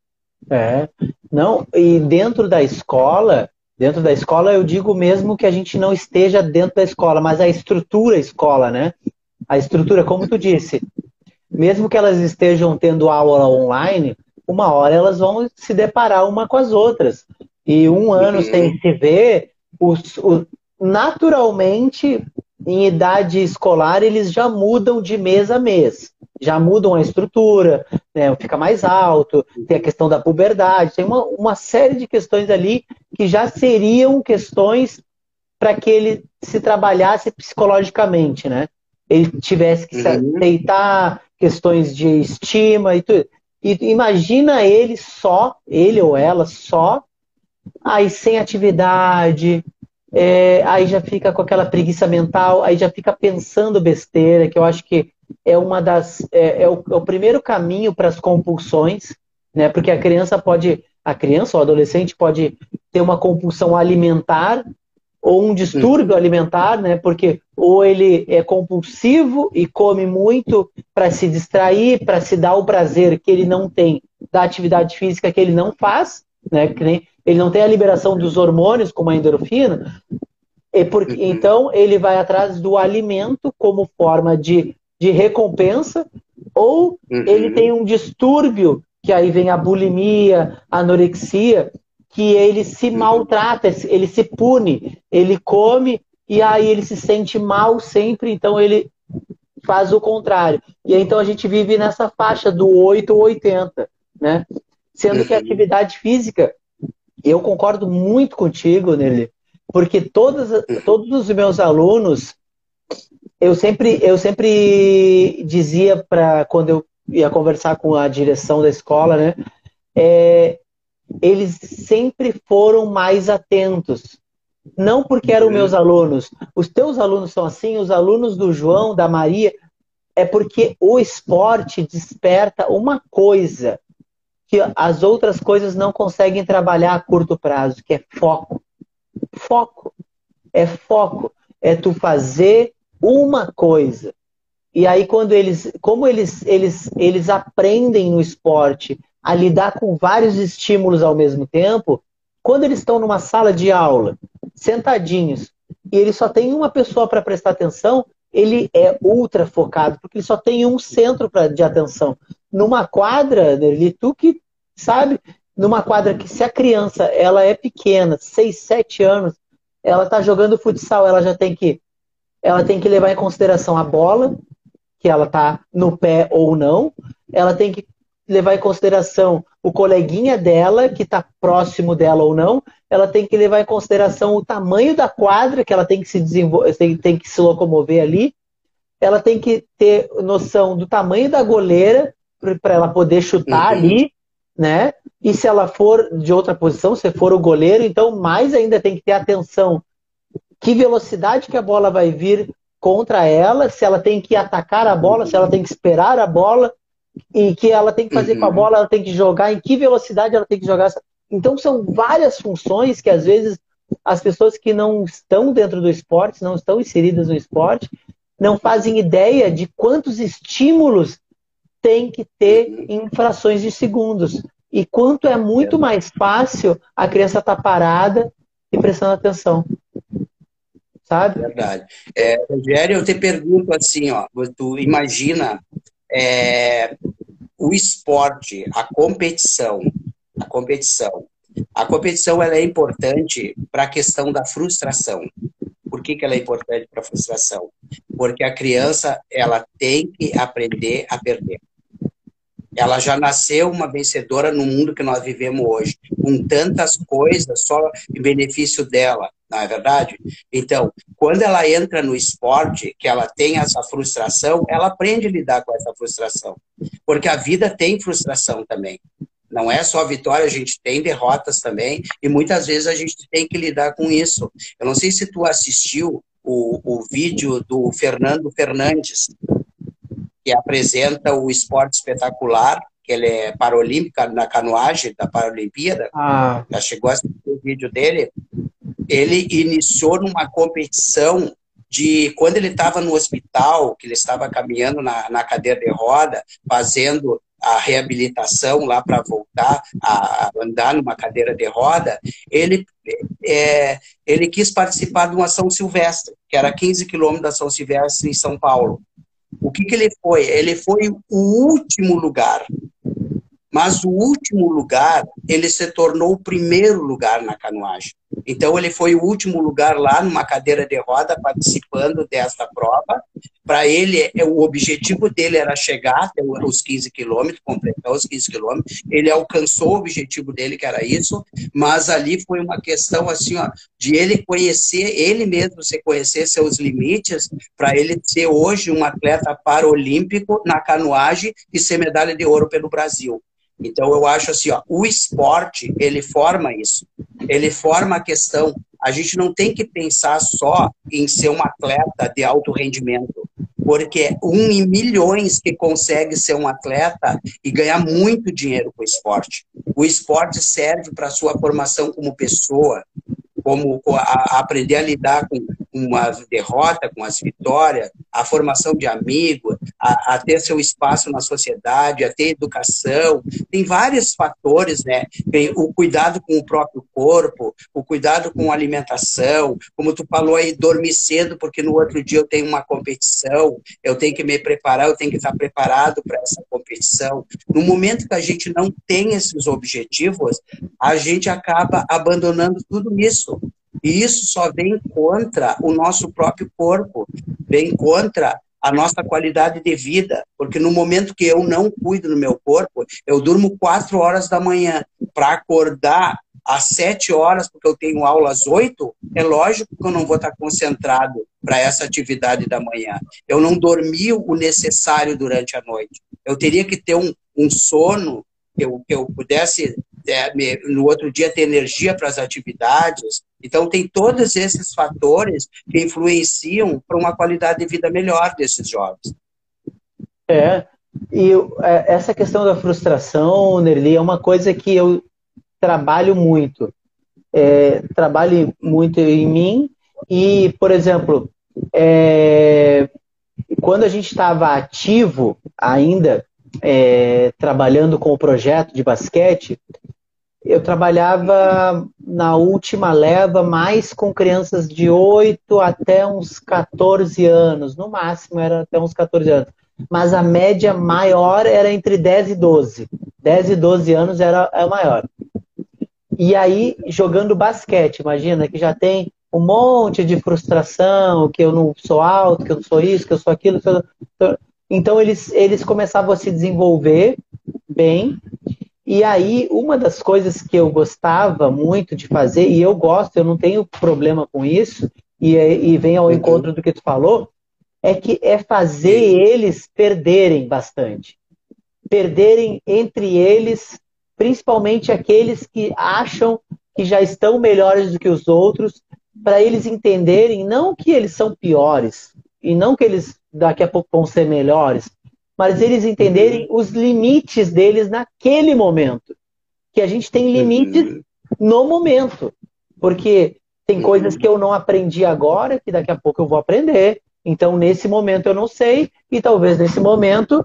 Não, e dentro da escola eu digo mesmo que a gente não esteja dentro da escola, mas a estrutura escola, né? A estrutura, como tu disse, mesmo que elas estejam tendo aula online, uma hora elas vão se deparar uma com as outras. E um ano sem se ver, naturalmente, em idade escolar, eles já mudam de mês a mês. Já mudam a estrutura, né? Fica mais alto, tem a questão da puberdade, tem uma série de questões ali que já seriam questões para que ele se trabalhasse psicologicamente, né? Ele tivesse que se aceitar questões de estima e tudo. E imagina ele ou ela só, aí sem atividade, aí já fica com aquela preguiça mental, aí já fica pensando besteira, que eu acho que é o primeiro caminho para as compulsões, né? Porque a criança ou o adolescente pode ter uma compulsão alimentar ou um distúrbio alimentar, né? Porque ou ele é compulsivo e come muito para se distrair, para se dar o prazer que ele não tem da atividade física que ele não faz, né? Que nem ele não tem a liberação dos hormônios, como a endorfina, então ele vai atrás do alimento como forma de recompensa, ou ele tem um distúrbio, que aí vem a bulimia, a anorexia, que ele se maltrata, ele se pune, ele come e aí ele se sente mal sempre, então ele faz o contrário. E aí, então a gente vive nessa faixa do 8 ou 80, né? Sendo que a atividade física, eu concordo muito contigo, Nelly, porque todos os meus alunos, eu sempre dizia para quando eu ia conversar com a direção da escola, né? Eles sempre foram mais atentos. Não porque eram meus alunos. Os teus alunos são assim, os alunos do João, da Maria, é porque o esporte desperta uma coisa que as outras coisas não conseguem trabalhar a curto prazo, que é foco. Foco. É foco. É tu fazer uma coisa. E aí, como eles aprendem no esporte a lidar com vários estímulos ao mesmo tempo, quando eles estão numa sala de aula, sentadinhos, e ele só tem uma pessoa para prestar atenção, ele é ultra focado, porque ele só tem um centro de atenção. Numa quadra, Nerli, tu que sabe, numa quadra que se a criança ela é pequena, 6, 7 anos, ela está jogando futsal, ela tem que levar em consideração a bola, que ela está no pé ou não, ela tem que levar em consideração o coleguinha dela, que está próximo dela ou não, ela tem que levar em consideração o tamanho da quadra, que ela tem que se desenvolver, tem que se locomover ali, ela tem que ter noção do tamanho da goleira, para ela poder chutar ali, né? E se ela for de outra posição, se for o goleiro, então mais ainda tem que ter atenção. Que velocidade que a bola vai vir contra ela, se ela tem que atacar a bola, se ela tem que esperar a bola, e que ela tem que fazer com a bola, ela tem que jogar, em que velocidade ela tem que jogar. Então são várias funções que às vezes as pessoas que não estão dentro do esporte, não estão inseridas no esporte, não fazem ideia de quantos estímulos tem que ter em frações de segundos. E quanto é muito mais fácil a criança estar parada e prestando atenção. Sabe? Verdade. Rogério, eu te pergunto assim, ó, tu imagina o esporte, a competição ela é importante para a questão da frustração. Por que ela é importante para a frustração? Porque a criança ela tem que aprender a perder. Ela já nasceu uma vencedora no mundo que nós vivemos hoje, com tantas coisas só em benefício dela, não é verdade? Então, quando ela entra no esporte, que ela tem essa frustração, ela aprende a lidar com essa frustração. Porque a vida tem frustração também. Não é só vitória, a gente tem derrotas também, e muitas vezes a gente tem que lidar com isso. Eu não sei se tu assistiu o vídeo do Fernando Fernandes, que apresenta o esporte espetacular, que ele é paralímpico na canoagem da Paralimpíada. Já chegou a assistir o vídeo dele? Ele iniciou numa competição de quando ele estava no hospital, que ele estava caminhando na cadeira de roda, fazendo a reabilitação lá para voltar a andar numa cadeira de roda, ele quis participar de uma São Silvestre, que era 15 quilômetros da São Silvestre em São Paulo. O que ele foi? Ele foi o último lugar. Mas o último lugar, ele se tornou o primeiro lugar na canoagem. Então, ele foi o último lugar lá, numa cadeira de roda, participando desta prova. Para ele, o objetivo dele era chegar até os 15 quilômetros, completar os 15 quilômetros. Ele alcançou o objetivo dele, que era isso, mas ali foi uma questão assim, ó, de ele conhecer, ele mesmo se conhecer seus limites, para ele ser hoje um atleta paralímpico na canoagem e ser medalha de ouro pelo Brasil. Então, eu acho assim, ó, o esporte, ele forma isso. Ele forma a questão. A gente não tem que pensar só em ser um atleta de alto rendimento, porque em milhões que consegue ser um atleta e ganhar muito dinheiro com o esporte. O esporte serve para a sua formação como pessoa, como aprender a lidar com as derrotas, com as vitórias, a formação de amigos, a ter seu espaço na sociedade, a ter educação. Tem vários fatores, né? Tem o cuidado com o próprio corpo, o cuidado com a alimentação, como tu falou aí, dormir cedo, porque no outro dia eu tenho uma competição, eu tenho que me preparar, eu tenho que estar preparado para essa competição. No momento que a gente não tem esses objetivos, a gente acaba abandonando tudo isso. E isso só vem contra o nosso próprio corpo, vem contra a nossa qualidade de vida, porque no momento que eu não cuido do meu corpo, eu durmo 4 horas da manhã para acordar às 7 horas, porque eu tenho aula às 8, é lógico que eu não vou estar concentrado para essa atividade da manhã. Eu não dormi o necessário durante a noite. Eu teria que ter um sono que eu pudesse, no outro dia, ter energia para as atividades. Então, tem todos esses fatores que influenciam para uma qualidade de vida melhor desses jovens. E essa questão da frustração, Nerli, é uma coisa que eu trabalho muito. Trabalho muito em mim e, por exemplo, quando a gente estava ativo ainda, trabalhando com o projeto de basquete, eu trabalhava na última leva mais com crianças de 8 até uns 14 anos, no máximo era até uns 14 anos. Mas a média maior era entre 10 e 12. 10 e 12 anos era a maior. E aí, jogando basquete, imagina que já tem um monte de frustração, que eu não sou alto, que eu não sou isso, que eu sou aquilo. Então, eles começavam a se desenvolver bem. E aí, uma das coisas que eu gostava muito de fazer, e eu gosto, eu não tenho problema com isso, e vem ao encontro do que tu falou, é fazer eles perderem bastante. Perderem entre eles, principalmente aqueles que acham que já estão melhores do que os outros, para eles entenderem, não que eles são piores, e não que eles daqui a pouco vão ser melhores, mas eles entenderem os limites deles naquele momento. Que a gente tem limites no momento. Porque tem coisas que eu não aprendi agora, que daqui a pouco eu vou aprender. Então, nesse momento eu não sei, e talvez nesse momento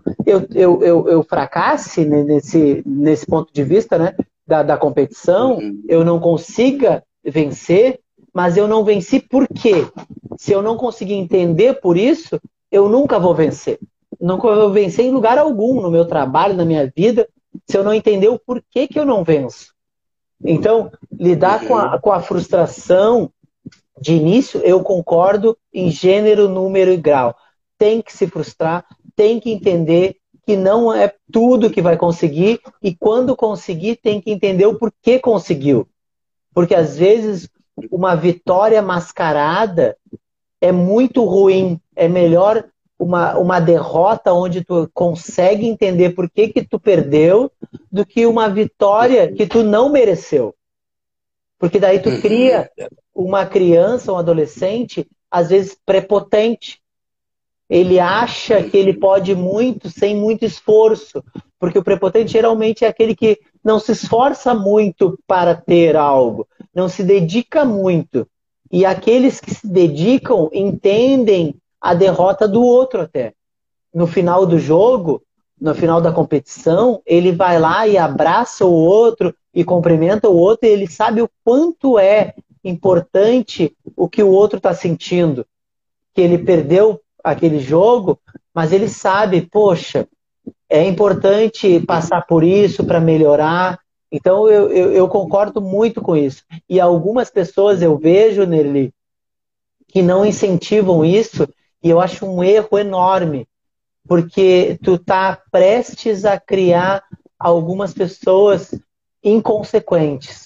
eu fracasse nesse ponto de vista, né, da competição, eu não consiga vencer, mas eu não venci por quê? Se eu não conseguir entender por isso, eu nunca vou vencer. Nunca vou vencer em lugar algum, no meu trabalho, na minha vida, se eu não entender o porquê que eu não venço. Então, lidar com a frustração de início, eu concordo em gênero, número e grau. Tem que se frustrar, tem que entender que não é tudo que vai conseguir, e quando conseguir, tem que entender o porquê conseguiu. Porque às vezes uma vitória mascarada é muito ruim. É melhor uma derrota onde tu consegue entender por que tu perdeu do que uma vitória que tu não mereceu. Porque daí tu cria uma criança, um adolescente, às vezes prepotente. Ele acha que ele pode muito sem muito esforço. Porque o prepotente geralmente é aquele que não se esforça muito para ter algo. Não se dedica muito. E aqueles que se dedicam entendem a derrota do outro até. No final do jogo, no final da competição, ele vai lá e abraça o outro e cumprimenta o outro, e ele sabe o quanto é importante o que o outro está sentindo. Que ele perdeu aquele jogo, mas ele sabe, poxa, é importante passar por isso para melhorar. Então eu concordo muito com isso. E algumas pessoas eu vejo, Nerli, que não incentivam isso, e eu acho um erro enorme, porque tu tá prestes a criar algumas pessoas inconsequentes.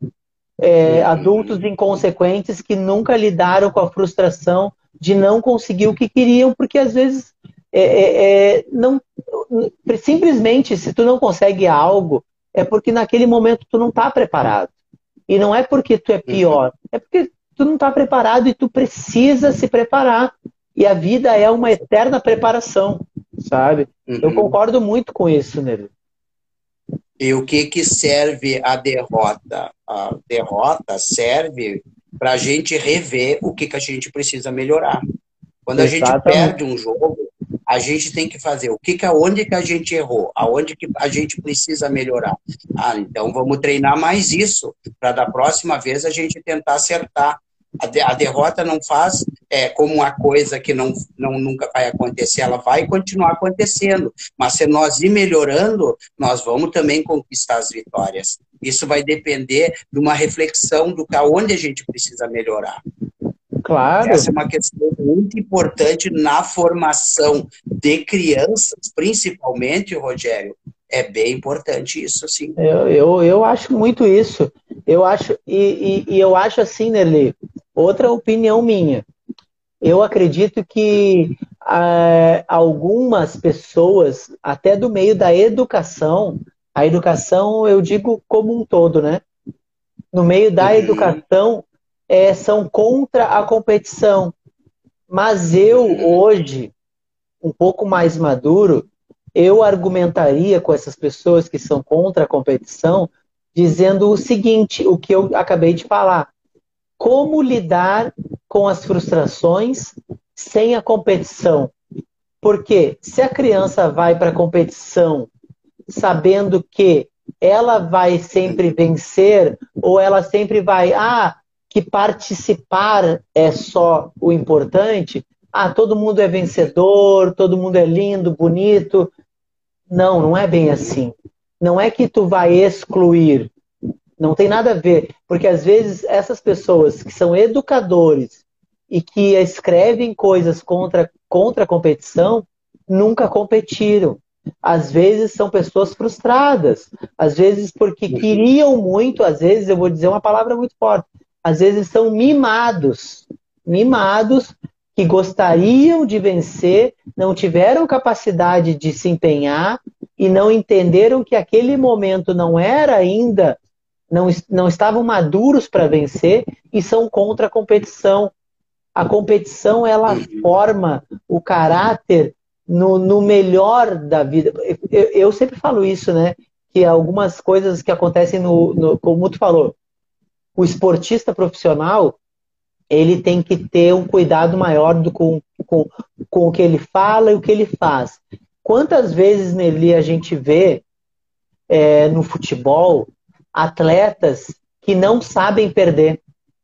Adultos inconsequentes que nunca lidaram com a frustração de não conseguir o que queriam, porque às vezes não, simplesmente se tu não consegue algo, é porque naquele momento tu não tá preparado. E não é porque tu é pior, é porque tu não está preparado e tu precisa se preparar. E a vida é uma eterna preparação, sabe? Eu concordo muito com isso, Nele. E o que serve a derrota? A derrota serve para a gente rever o que a gente precisa melhorar. Quando a gente perde um jogo, a gente tem que fazer onde que a gente errou, aonde que a gente precisa melhorar. Então vamos treinar mais isso, para da próxima vez a gente tentar acertar. A derrota não faz como uma coisa que nunca vai acontecer, ela vai continuar acontecendo, mas se nós ir melhorando, nós vamos também conquistar as vitórias. Isso vai depender de uma reflexão do que aonde a gente precisa melhorar. Claro. Essa é uma questão muito importante na formação de crianças, principalmente, Rogério. É bem importante isso, sim. Eu acho muito isso. Eu acho, e eu acho assim, Nerli, outra opinião minha. Eu acredito que algumas pessoas, até do meio da educação, a educação eu digo como um todo, né? No meio da educação, são contra a competição. Mas eu, hoje, um pouco mais maduro, eu argumentaria com essas pessoas que são contra a competição, dizendo o seguinte, o que eu acabei de falar. Como lidar com as frustrações sem a competição? Porque se a criança vai para a competição sabendo que ela vai sempre vencer, ou ela sempre vai, que participar é só o importante, todo mundo é vencedor, todo mundo é lindo, bonito. Não, não é bem assim. Não é que tu vai excluir, não tem nada a ver, porque às vezes essas pessoas que são educadores e que escrevem coisas contra a competição nunca competiram. Às vezes são pessoas frustradas, às vezes porque queriam muito, às vezes, eu vou dizer uma palavra muito forte, às vezes são mimados, mimados que gostariam de vencer, não tiveram capacidade de se empenhar e não entenderam que aquele momento não era ainda, não estavam maduros para vencer e são contra a competição. A competição, ela forma o caráter no melhor da vida. Eu sempre falo isso, né? Que algumas coisas que acontecem como tu falou, o esportista profissional, ele tem que ter um cuidado maior com o que ele fala e o que ele faz. Quantas vezes, Nelly, a gente vê no futebol atletas que não sabem perder,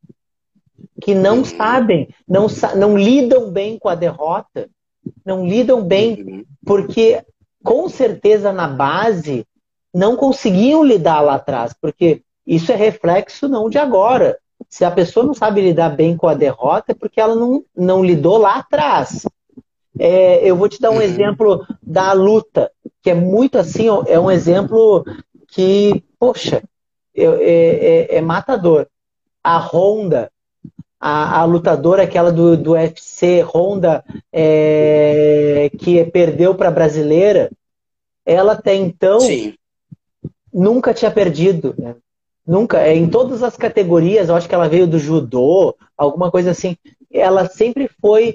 que não sabem, não lidam bem com a derrota, não lidam bem, porque com certeza na base não conseguiam lidar lá atrás, porque isso é reflexo não de agora. Se a pessoa não sabe lidar bem com a derrota, é porque ela não lidou lá atrás. Eu vou te dar um exemplo da luta, que é muito assim, é um exemplo que, poxa, é matador. A Honda, a lutadora, aquela do UFC, Honda, que perdeu para a brasileira, ela até então nunca tinha perdido, né? Nunca, em todas as categorias, eu acho que ela veio do judô, alguma coisa assim, ela sempre foi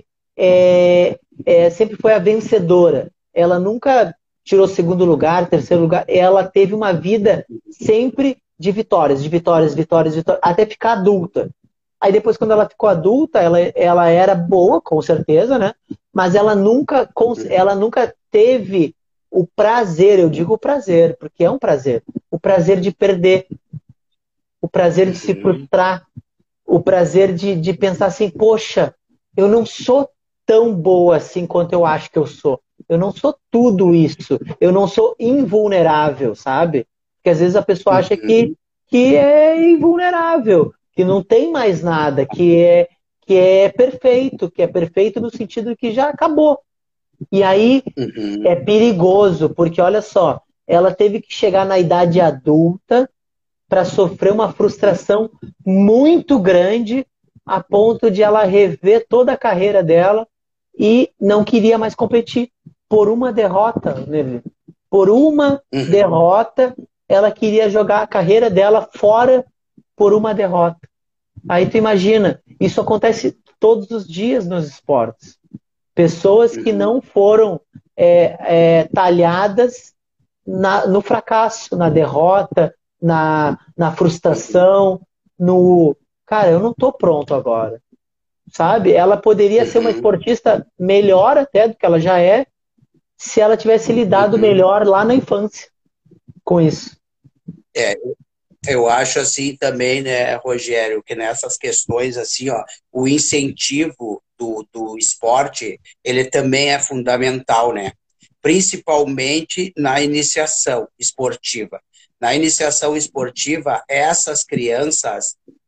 a vencedora. Ela nunca tirou segundo lugar, terceiro lugar, ela teve uma vida sempre de vitórias, até ficar adulta. Aí depois, quando ela ficou adulta, ela era boa, com certeza, né? Mas ela nunca teve o prazer, eu digo o prazer, porque é um prazer, o prazer de perder, o prazer de se frustrar, o prazer de pensar assim, poxa, eu não sou tão boa assim quanto eu acho que eu sou. Eu não sou tudo isso. Eu não sou invulnerável, sabe? Porque às vezes a pessoa acha que é invulnerável, que não tem mais nada, que é perfeito no sentido que já acabou. E aí é perigoso, porque olha só, ela teve que chegar na idade adulta para sofrer uma frustração muito grande a ponto de ela rever toda a carreira dela e não queria mais competir por uma derrota, né? Por uma derrota, ela queria jogar a carreira dela fora por uma derrota. Aí tu imagina, isso acontece todos os dias nos esportes. Pessoas que não foram talhadas no fracasso, na derrota, na frustração, cara, eu não tô pronto agora. Sabe? Ela poderia ser uma esportista melhor até do que ela já é, se ela tivesse lidado melhor lá na infância com isso. Eu acho assim também, né, Rogério, que nessas questões assim, ó, o incentivo do esporte, ele também é fundamental, né? Principalmente na iniciação esportiva. Na iniciação esportiva, essas crianças,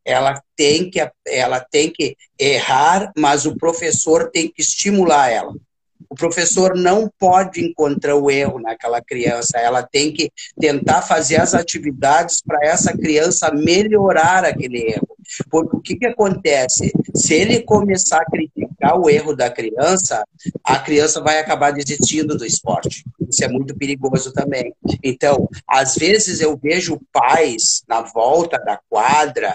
ela tem que errar, mas o professor tem que estimular ela. O professor não pode encontrar o erro naquela criança, ela tem que tentar fazer as atividades para essa criança melhorar aquele erro. Porque o que acontece? Se ele começar a criticar o erro da criança, a criança vai acabar desistindo do esporte. Isso é muito perigoso também. Então, às vezes eu vejo pais na volta da quadra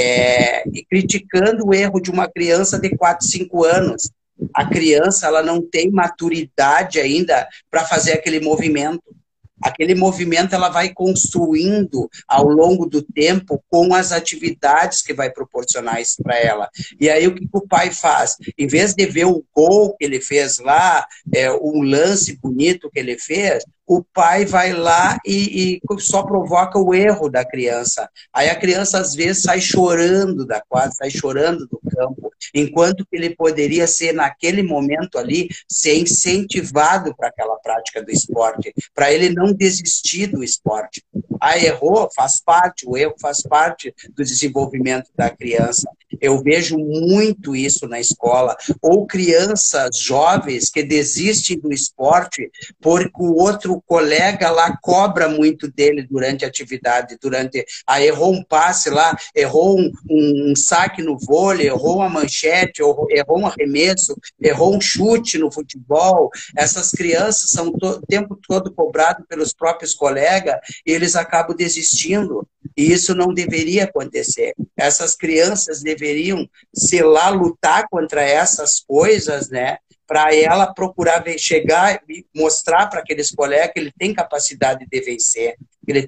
criticando o erro de uma criança de 4, 5 anos. A criança, ela não tem maturidade ainda para fazer aquele movimento. Aquele movimento ela vai construindo ao longo do tempo com as atividades que vai proporcionar isso para ela. E aí o que o pai faz? Em vez de ver o gol que ele fez lá, um lance bonito que ele fez, o pai vai lá e só provoca o erro da criança. Aí a criança, às vezes, sai chorando da quadra, sai chorando do campo, enquanto que ele poderia ser, naquele momento ali, ser incentivado para aquela prática do esporte, para ele não desistir do esporte. Errou, faz parte, o erro faz parte do desenvolvimento da criança. Eu vejo muito isso na escola, ou crianças jovens que desistem do esporte porque o outro colega lá cobra muito dele durante a atividade, errou um passe lá, errou um saque no vôlei, errou uma manchete, errou um arremesso, errou um chute no futebol. Essas crianças são o tempo todo cobradas pelos próprios colegas e eles acabam desistindo. E isso não deveria acontecer. Essas crianças deveriam, sei lá, lutar contra essas coisas, né? Para ela procurar chegar e mostrar para aqueles colegas que ele tem capacidade de vencer, ele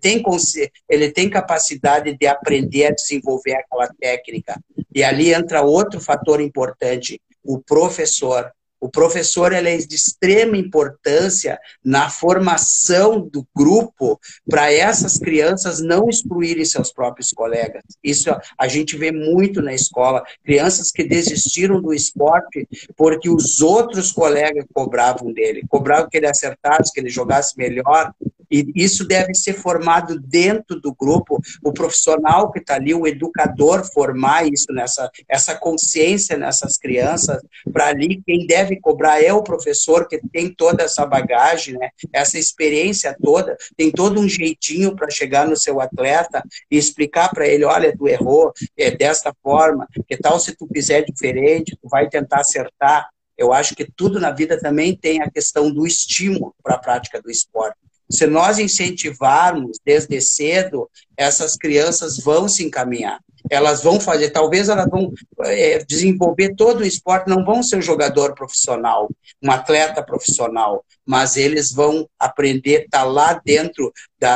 tem capacidade de aprender a desenvolver aquela técnica. E ali entra outro fator importante, o professor. O professor ele é de extrema importância na formação do grupo para essas crianças não excluírem seus próprios colegas. Isso a gente vê muito na escola. Crianças que desistiram do esporte porque os outros colegas cobravam dele. Cobravam que ele acertasse, que ele jogasse melhor. E isso deve ser formado dentro do grupo. O profissional que está ali, o educador, formar isso, essa consciência nessas crianças, para ali quem deve cobrar é o professor, que tem toda essa bagagem, né? Essa experiência toda, tem todo um jeitinho para chegar no seu atleta e explicar para ele, olha, tu errou, desta forma, que tal se tu fizer diferente, tu vai tentar acertar. Eu acho que tudo na vida também tem a questão do estímulo para a prática do esporte. Se nós incentivarmos desde cedo, essas crianças vão se encaminhar. Elas vão fazer, talvez elas vão desenvolver todo o esporte, não vão ser um jogador profissional, um atleta profissional, mas eles vão aprender a estar lá dentro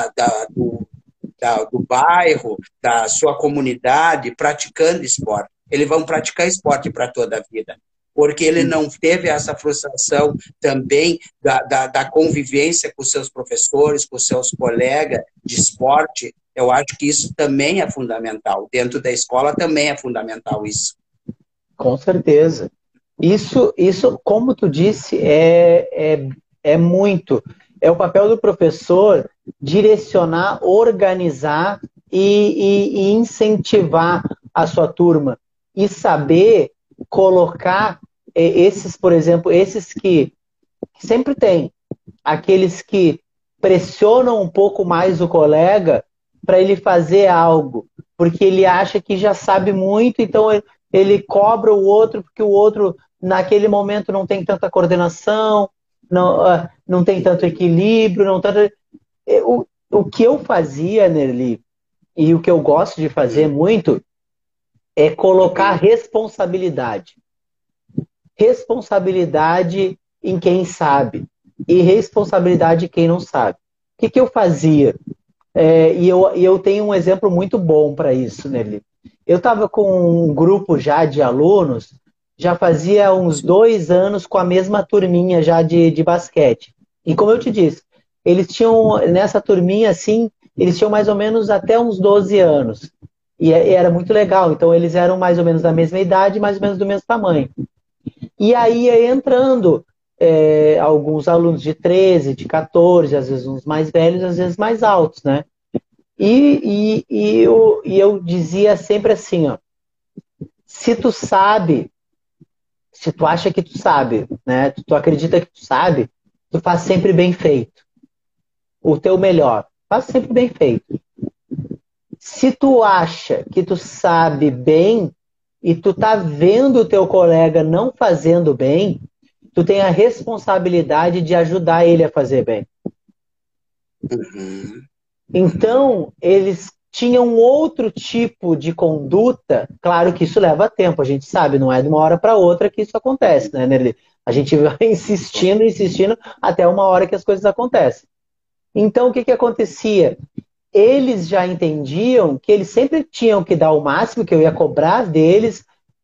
do bairro, da sua comunidade, praticando esporte. Eles vão praticar esporte para toda a vida, porque ele não teve essa frustração também da convivência com seus professores, com seus colegas de esporte. Eu acho que isso também é fundamental. Dentro da escola também é fundamental isso. Com certeza. Isso como tu disse, é muito. É o papel do professor direcionar, organizar e incentivar a sua turma. E saber colocar esses, por exemplo, esses que sempre tem, aqueles que pressionam um pouco mais o colega para ele fazer algo, porque ele acha que já sabe muito, então ele cobra o outro, porque o outro naquele momento não tem tanta coordenação, não tem tanto equilíbrio, o que eu fazia, Nerli, e o que eu gosto de fazer muito, é colocar responsabilidade. Responsabilidade em quem sabe e responsabilidade em quem não sabe. O que eu fazia? E eu tenho um exemplo muito bom para isso, Nerli. Eu estava com um grupo já de alunos, já fazia uns 2 anos com a mesma turminha já de basquete. E como eu te disse, eles tinham, nessa turminha assim, eles tinham mais ou menos até uns 12 anos. E era muito legal. Então, eles eram mais ou menos da mesma idade, mais ou menos do mesmo tamanho. E aí ia entrando alguns alunos de 13, de 14, às vezes uns mais velhos, às vezes mais altos, né? E eu dizia sempre assim, ó, se tu sabe, se tu acha que tu sabe, né? Tu acredita que tu sabe, tu faz sempre bem feito. O teu melhor. Faz sempre bem feito. Se tu acha que tu sabe bem e tu tá vendo o teu colega não fazendo bem, tu tem a responsabilidade de ajudar ele a fazer bem. Uhum. Então, eles tinham outro tipo de conduta. Claro que isso leva tempo, a gente sabe, não é de uma hora para outra que isso acontece, né, Nerli? A gente vai insistindo, insistindo, até uma hora que as coisas acontecem. Então, o que acontecia? Eles já entendiam que eles sempre tinham que dar o máximo, que eu ia cobrar deles,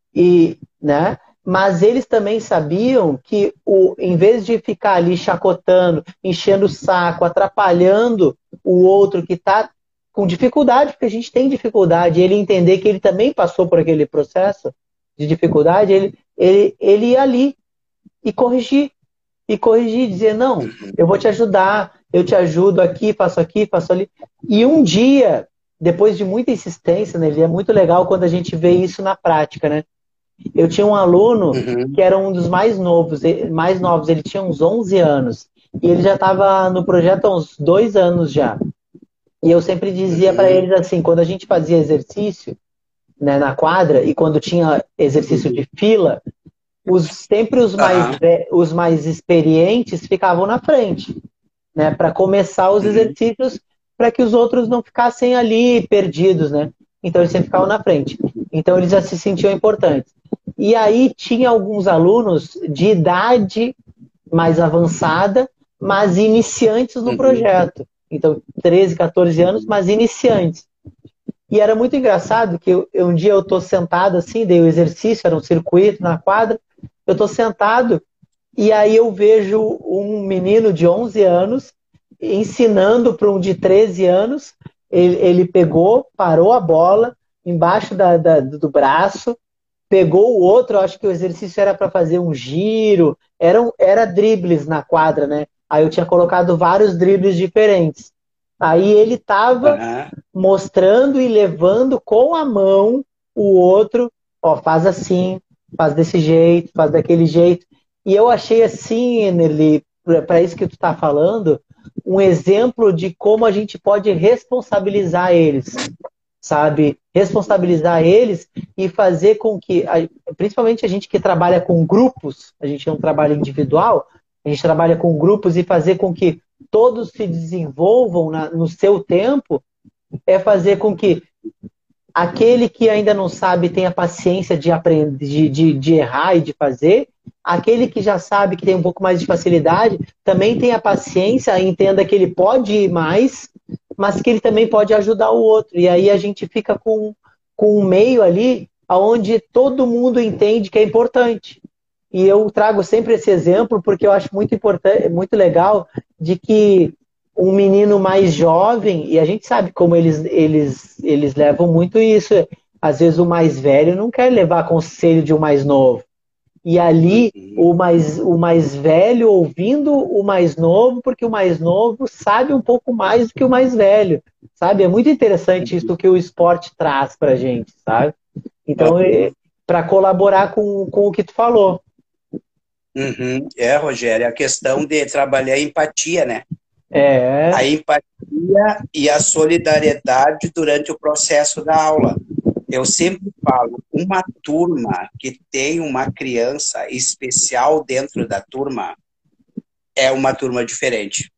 né? Mas eles também sabiam que, em vez de ficar ali chacotando, enchendo o saco, atrapalhando o outro que está com dificuldade, porque a gente tem dificuldade, ele entender que ele também passou por aquele processo de dificuldade, ele ia ali e corrigir. E corrigir, dizer, não, eu vou te ajudar, eu te ajudo aqui, faço ali. E um dia, depois de muita insistência, né, é muito legal quando a gente vê isso na prática, né? Eu tinha um aluno que era um dos mais novos, ele tinha uns 11 anos, e ele já estava no projeto há uns 2 anos já. E eu sempre dizia para eles assim, quando a gente fazia exercício, né, na quadra, e quando tinha exercício de fila, sempre os mais experientes ficavam na frente, né, para começar os exercícios, para que os outros não ficassem ali perdidos, né? Então eles sempre ficavam na frente. Então eles já se sentiam importantes. E aí tinha alguns alunos de idade mais avançada, mas iniciantes no projeto. Então 13, 14 anos, mas iniciantes. E era muito engraçado que um dia eu estou sentado assim, dei o exercício, era um circuito na quadra, eu estou sentado e aí eu vejo um menino de 11 anos ensinando para um de 13 anos, ele pegou, parou a bola embaixo do braço, pegou o outro, eu acho que o exercício era para fazer um giro, era dribles na quadra, né? Aí eu tinha colocado vários dribles diferentes. Aí ele estava mostrando e levando com a mão o outro, ó, faz assim, faz desse jeito, faz daquele jeito. E eu achei assim, Enerly, para isso que tu está falando, um exemplo de como a gente pode responsabilizar eles, sabe? Responsabilizar eles e fazer com que, principalmente a gente que trabalha com grupos, a gente não trabalha individual, a gente trabalha com grupos e fazer com que todos se desenvolvam no seu tempo, é fazer com que aquele que ainda não sabe tenha paciência de aprender, de errar e de fazer, aquele que já sabe que tem um pouco mais de facilidade, também tenha paciência e entenda que ele pode ir mais, mas que ele também pode ajudar o outro. E aí a gente fica com um meio ali onde todo mundo entende que é importante. E eu trago sempre esse exemplo porque eu acho muito importante, muito legal de que um menino mais jovem, e a gente sabe como eles levam muito isso, às vezes o mais velho não quer levar conselho de um mais novo. E ali o mais velho ouvindo o mais novo, porque o mais novo sabe um pouco mais do que o mais velho, sabe? É muito interessante isso que o esporte traz pra gente, sabe? Então, para colaborar com o que tu falou. Rogério, a questão de trabalhar a empatia, né? É. A empatia e a solidariedade durante o processo da aula. Eu sempre falo, uma turma que tem uma criança especial dentro da turma é uma turma diferente.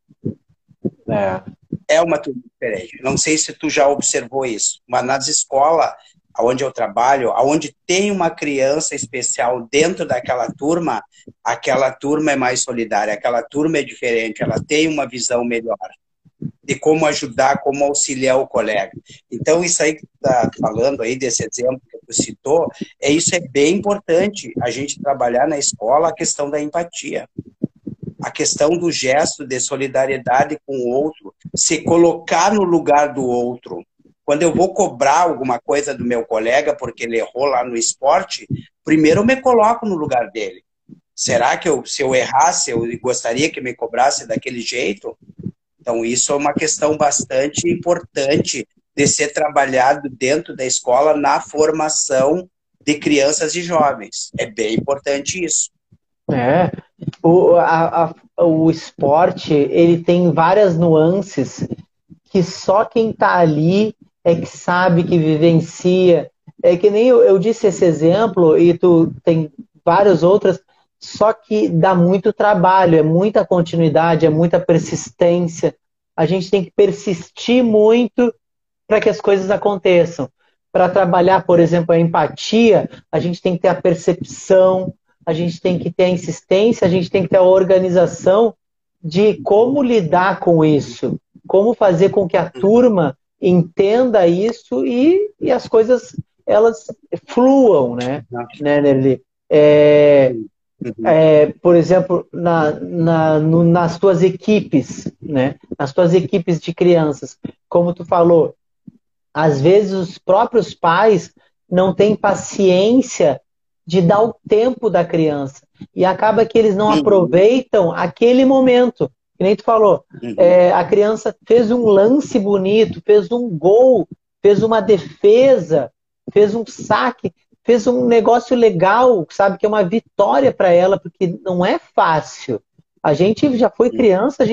É uma turma diferente. Não sei se tu já observou isso, mas nas escolas onde eu trabalho, onde tem uma criança especial dentro daquela turma, aquela turma é mais solidária, aquela turma é diferente, ela tem uma visão melhor de como ajudar, como auxiliar o colega. Então, isso aí que tu está falando aí, desse exemplo que tu citou, isso é bem importante, a gente trabalhar na escola a questão da empatia, a questão do gesto de solidariedade com o outro, se colocar no lugar do outro. Quando eu vou cobrar alguma coisa do meu colega porque ele errou lá no esporte, primeiro eu me coloco no lugar dele. Será que se eu errasse, eu gostaria que me cobrasse daquele jeito? Então, isso é uma questão bastante importante de ser trabalhado dentro da escola na formação de crianças e jovens. É bem importante isso. O esporte, ele tem várias nuances que só quem está ali é que sabe, que vivencia. É que nem eu disse esse exemplo, e tu tem várias outras, só que dá muito trabalho, é muita continuidade, é muita persistência. A gente tem que persistir muito para que as coisas aconteçam. Para trabalhar, por exemplo, a empatia, a gente tem que ter a percepção, a gente tem que ter a insistência, a gente tem que ter a organização de como lidar com isso, como fazer com que a turma entenda isso e as coisas elas fluam, né, Nerli? Por exemplo, nas tuas equipes, né, nas tuas equipes de crianças, como tu falou, às vezes os próprios pais não têm paciência de dar o tempo da criança. E acaba que eles não aproveitam aquele momento. Que nem tu falou, a criança fez um lance bonito, fez um gol, fez uma defesa, fez um saque, fez um negócio legal, sabe? Que é uma vitória para ela, porque não é fácil. A gente já foi criança,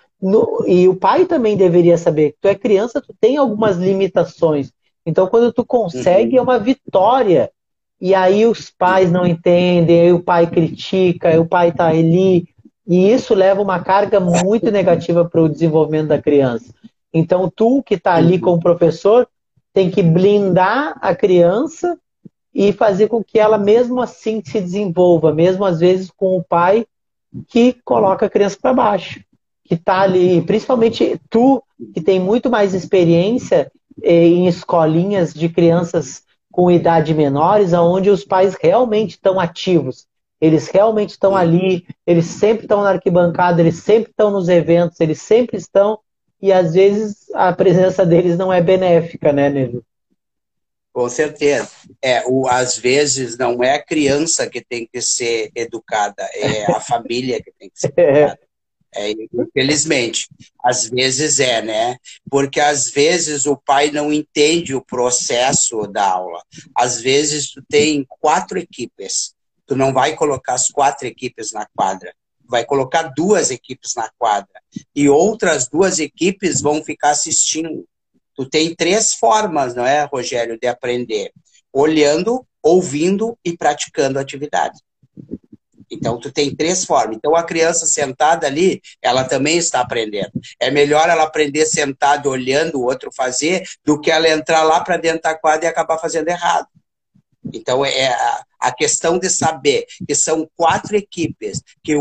e o pai também deveria saber que tu é criança, tu tem algumas limitações. Então, quando tu consegue, é uma vitória. E aí os pais não entendem, aí o pai critica, aí o pai tá ali. E isso leva uma carga muito negativa para o desenvolvimento da criança. Então, tu que está ali como professor, tem que blindar a criança e fazer com que ela mesmo assim se desenvolva, mesmo às vezes com o pai que coloca a criança para baixo. Que está ali, principalmente tu, que tem muito mais experiência em escolinhas de crianças com idade menores, onde os pais realmente estão ativos. Eles realmente estão ali, eles sempre estão na arquibancada, eles sempre estão nos eventos, eles sempre estão, e às vezes a presença deles não é benéfica, né, Nélio? Com certeza. Às vezes não é a criança que tem que ser educada, é a família que tem que ser educada. Infelizmente, às vezes né? Porque às vezes o pai não entende o processo da aula. Às vezes tu tem 4 equipes, tu não vai colocar as 4 equipes na quadra, vai colocar 2 equipes na quadra e outras 2 equipes vão ficar assistindo. Tu tem 3 formas, não é, Rogério, de aprender: olhando, ouvindo e praticando a atividade. Então, tu tem 3 formas. Então, a criança sentada ali, ela também está aprendendo. É melhor ela aprender sentada, olhando o outro fazer, do que ela entrar lá para dentro da quadra e acabar fazendo errado. Então, a questão de saber que são 4 equipes, que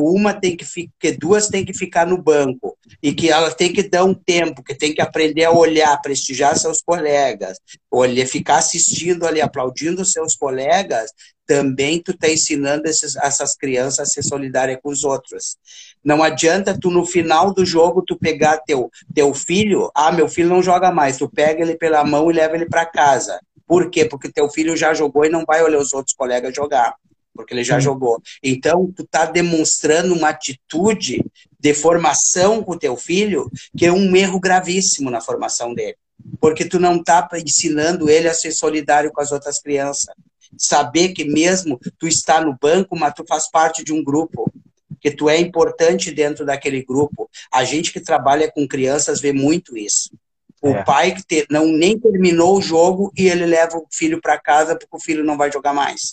2 tem que ficar no banco, e que ela tem que dar um tempo, que tem que aprender a olhar, prestigiar seus colegas, ficar assistindo ali, aplaudindo seus colegas, também tu está ensinando essas crianças a ser solidárias com os outros. Não adianta tu, no final do jogo, tu pegar teu filho, meu filho não joga mais, tu pega ele pela mão e leva ele para casa. Por quê? Porque teu filho já jogou e não vai olhar os outros colegas jogar, porque ele já jogou. Então, tu está demonstrando uma atitude de formação com o teu filho que é um erro gravíssimo na formação dele, porque tu não está ensinando ele a ser solidário com as outras crianças. Saber que mesmo tu está no banco, mas tu faz parte de um grupo, que tu é importante dentro daquele grupo. A gente que trabalha com crianças vê muito isso. O pai que nem terminou o jogo e ele leva o filho para casa porque o filho não vai jogar mais.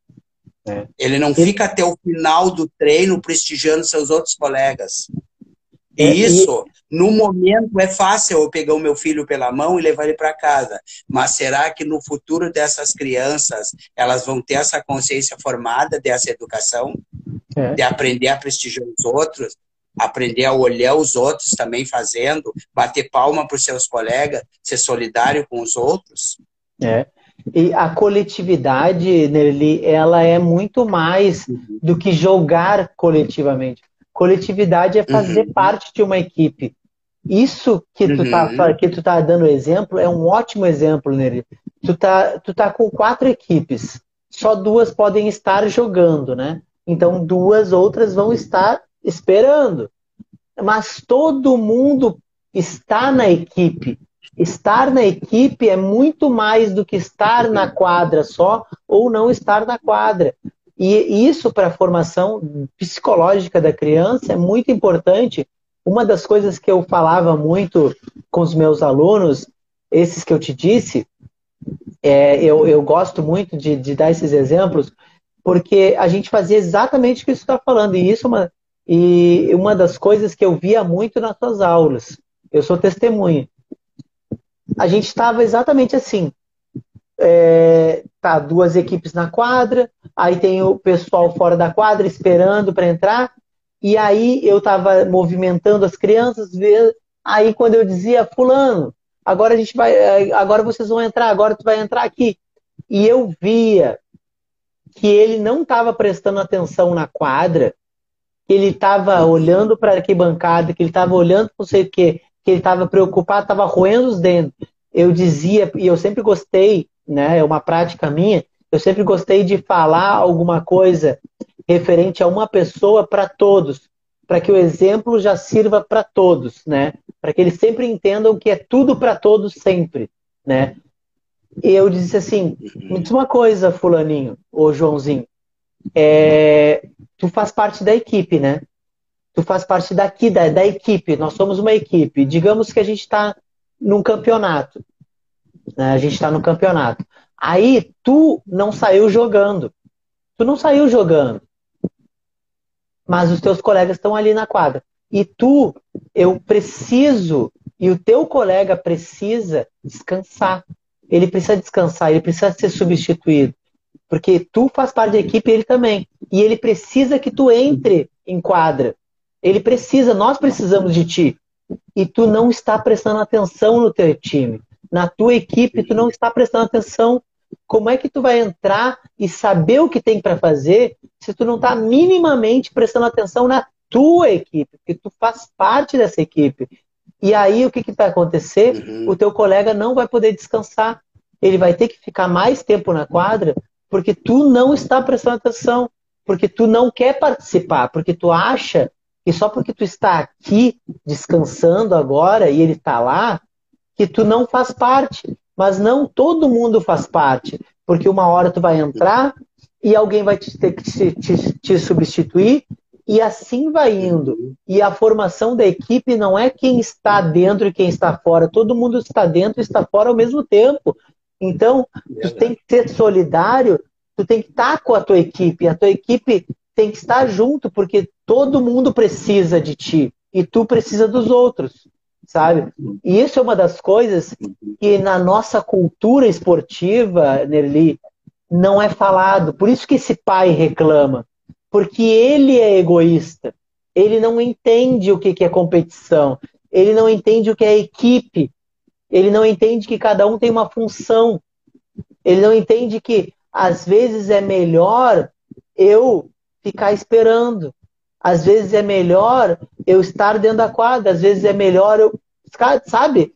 Ele não fica até o final do treino prestigiando seus outros colegas. E isso, no momento, é fácil eu pegar o meu filho pela mão e levar ele para casa. Mas será que no futuro dessas crianças, elas vão ter essa consciência formada dessa educação? De aprender a prestigiar os outros? Aprender a olhar os outros também fazendo, bater palma para os seus colegas, ser solidário com os outros. E a coletividade, Nerli, ela é muito mais do que jogar coletivamente. Coletividade é fazer parte de uma equipe. Isso que tu tá dando exemplo é um ótimo exemplo, Nerli. Tu tá com 4 equipes, só 2 podem estar jogando, né? Então 2 outras vão estar esperando. Mas todo mundo está na equipe. Estar na equipe é muito mais do que estar na quadra só ou não estar na quadra. E isso, para a formação psicológica da criança, é muito importante. Uma das coisas que eu falava muito com os meus alunos, esses que eu te disse, eu gosto muito de dar esses exemplos, porque a gente fazia exatamente o que você está falando. E uma das coisas que eu via muito nas suas aulas, eu sou testemunha. A gente estava exatamente assim. Tá, duas equipes na quadra, aí tem o pessoal fora da quadra esperando para entrar, e aí eu estava movimentando as crianças, aí quando eu dizia, fulano, agora vocês vão entrar, agora tu vai entrar aqui. E eu via que ele não estava prestando atenção na quadra, que ele estava olhando para a arquibancada, que ele estava olhando para não sei o quê, que ele estava preocupado, estava roendo os dentes. Eu dizia, e eu sempre gostei, né, é uma prática minha, eu sempre gostei de falar alguma coisa referente a uma pessoa para todos, para que o exemplo já sirva para todos, né? Para que eles sempre entendam que é tudo para todos sempre, né? E eu disse assim, me diz uma coisa, fulaninho, ou Joãozinho, tu faz parte da equipe, né? Tu faz parte daqui, da equipe, nós somos uma equipe. Digamos que a gente está num campeonato, né? A gente está no campeonato. Aí tu não saiu jogando. Tu não saiu jogando. Mas os teus colegas estão ali na quadra. E eu preciso, e o teu colega precisa descansar. Ele precisa descansar, ele precisa ser substituído. Porque tu faz parte da equipe e ele também. E ele precisa que tu entre em quadra. Ele precisa, nós precisamos de ti. E tu não está prestando atenção no teu time. Na tua equipe, tu não está prestando atenção. Como é que tu vai entrar e saber o que tem para fazer se tu não está minimamente prestando atenção na tua equipe? Porque tu faz parte dessa equipe. E aí o que vai acontecer? O teu colega não vai poder descansar. Ele vai ter que ficar mais tempo na quadra porque tu não está prestando atenção. Porque tu não quer participar. Porque tu acha que só porque tu está aqui descansando agora e ele está lá, que tu não faz parte. Mas não todo mundo faz parte. Porque uma hora tu vai entrar e alguém vai ter que te substituir e assim vai indo. E a formação da equipe não é quem está dentro e quem está fora. Todo mundo está dentro e está fora ao mesmo tempo. Então, tu tem que ser solidário, tu tem que estar com a tua equipe. A tua equipe tem que estar junto, porque todo mundo precisa de ti. E tu precisa dos outros, sabe? E isso é uma das coisas que na nossa cultura esportiva, Nerli, não é falado. Por isso que esse pai reclama. Porque ele é egoísta. Ele não entende o que é competição. Ele não entende o que é equipe. Ele não entende que cada um tem uma função. Ele não entende que, às vezes, é melhor eu ficar esperando. Às vezes é melhor eu estar dentro da quadra. Às vezes é melhor eu... Sabe?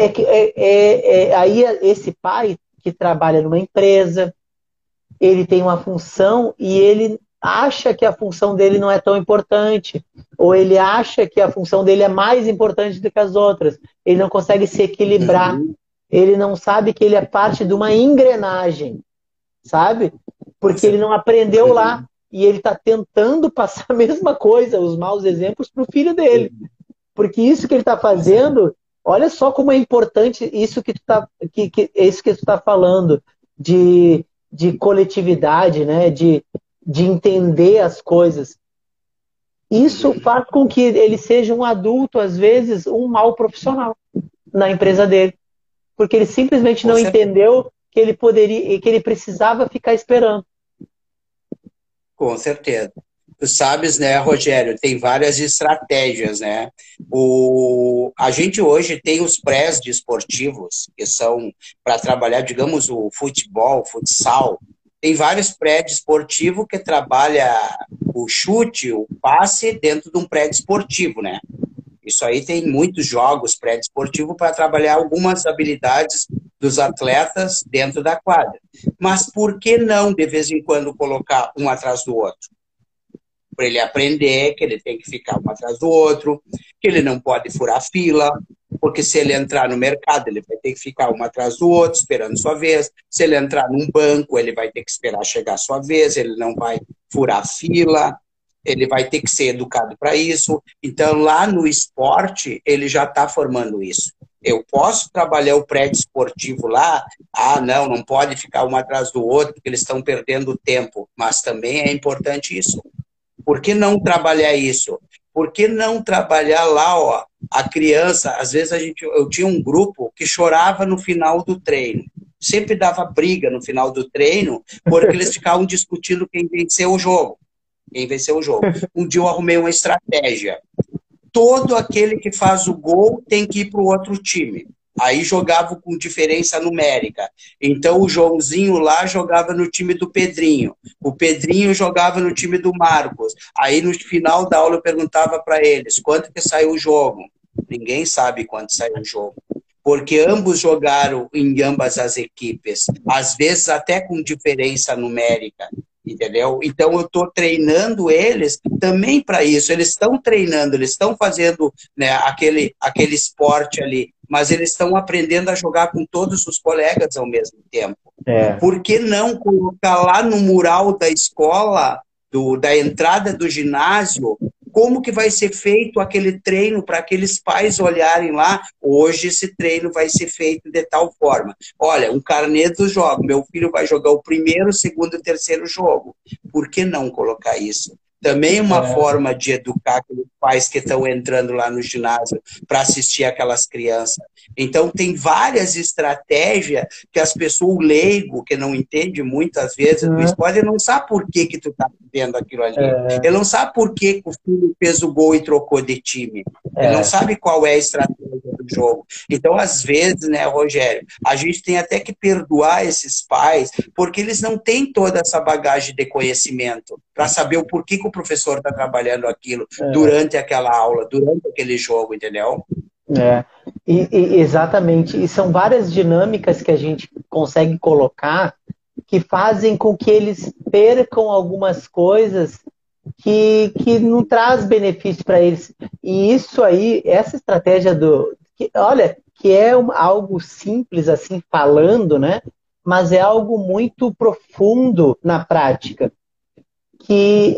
Aí esse pai que trabalha numa empresa, ele tem uma função e ele acha que a função dele não é tão importante. Ou ele acha que a função dele é mais importante do que as outras. Ele não consegue se equilibrar. Ele não sabe que ele é parte de uma engrenagem. Sabe? Porque ele não aprendeu lá. E ele está tentando passar a mesma coisa, os maus exemplos, para o filho dele. Porque isso que ele está fazendo, olha só como é importante isso que tu está falando, de coletividade, né? de entender as coisas. Isso faz com que ele seja um adulto, às vezes, um mau profissional na empresa dele. Porque ele simplesmente não entendeu que ele precisava ficar esperando. Com certeza. Tu sabes, né, Rogério, tem várias estratégias, né? A gente hoje tem os pré-desportivos, que são para trabalhar, digamos, o futebol, o futsal. Tem vários pré-desportivos que trabalha o chute, o passe dentro de um pré-desportivo, né? Isso aí tem muitos jogos pré-desportivos para trabalhar algumas habilidades dos atletas dentro da quadra. Mas por que não, de vez em quando, colocar um atrás do outro? Para ele aprender que ele tem que ficar um atrás do outro, que ele não pode furar fila, porque se ele entrar no mercado, ele vai ter que ficar um atrás do outro, esperando sua vez. Se ele entrar num banco, ele vai ter que esperar chegar a sua vez, ele não vai furar fila, ele vai ter que ser educado para isso. Então, lá no esporte, ele já está formando isso. Eu posso trabalhar o prédio esportivo lá, não pode ficar um atrás do outro, porque eles estão perdendo tempo, mas também é importante isso. Por que não trabalhar isso? Por que não trabalhar lá, ó, a criança, às vezes eu tinha um grupo que chorava no final do treino, sempre dava briga no final do treino, porque eles ficavam discutindo quem venceu o jogo. Um dia eu arrumei uma estratégia. Todo aquele que faz o gol tem que ir para o outro time. Aí jogava com diferença numérica. Então o Joãozinho lá jogava no time do Pedrinho. O Pedrinho jogava no time do Marcos. Aí no final da aula eu perguntava para eles, quanto que saiu o jogo? Ninguém sabe quanto saiu o jogo. Porque ambos jogaram em ambas as equipes. Às vezes até com diferença numérica. Entendeu? Então eu estou treinando eles também para isso. Eles estão treinando, eles estão fazendo, né, aquele esporte ali, mas eles estão aprendendo a jogar com todos os colegas ao mesmo tempo. Por que não colocar lá no mural da escola, da entrada do ginásio, como que vai ser feito aquele treino para aqueles pais olharem lá, hoje esse treino vai ser feito de tal forma. Olha, um carnê do jogo, meu filho vai jogar o primeiro, o segundo e o terceiro jogo. Por que não colocar isso? Também uma forma de educar aqueles pais que estão entrando lá no ginásio para assistir aquelas crianças. Então, tem várias estratégias que as pessoas, o leigo, que não entende muitas vezes do esporte, ele não sabe por que tu está vendo aquilo ali. Ele não sabe por que o filho fez o gol e trocou de time. Ele não sabe qual é a estratégia do jogo. Então, às vezes, né, Rogério, a gente tem até que perdoar esses pais, porque eles não têm toda essa bagagem de conhecimento para saber o porquê que o professor está trabalhando aquilo durante aquela aula, durante aquele jogo, entendeu? Exatamente. E são várias dinâmicas que a gente consegue colocar que fazem com que eles percam algumas coisas que não traz benefício para eles. E isso aí, essa estratégia que é algo simples assim falando, né? Mas é algo muito profundo na prática, que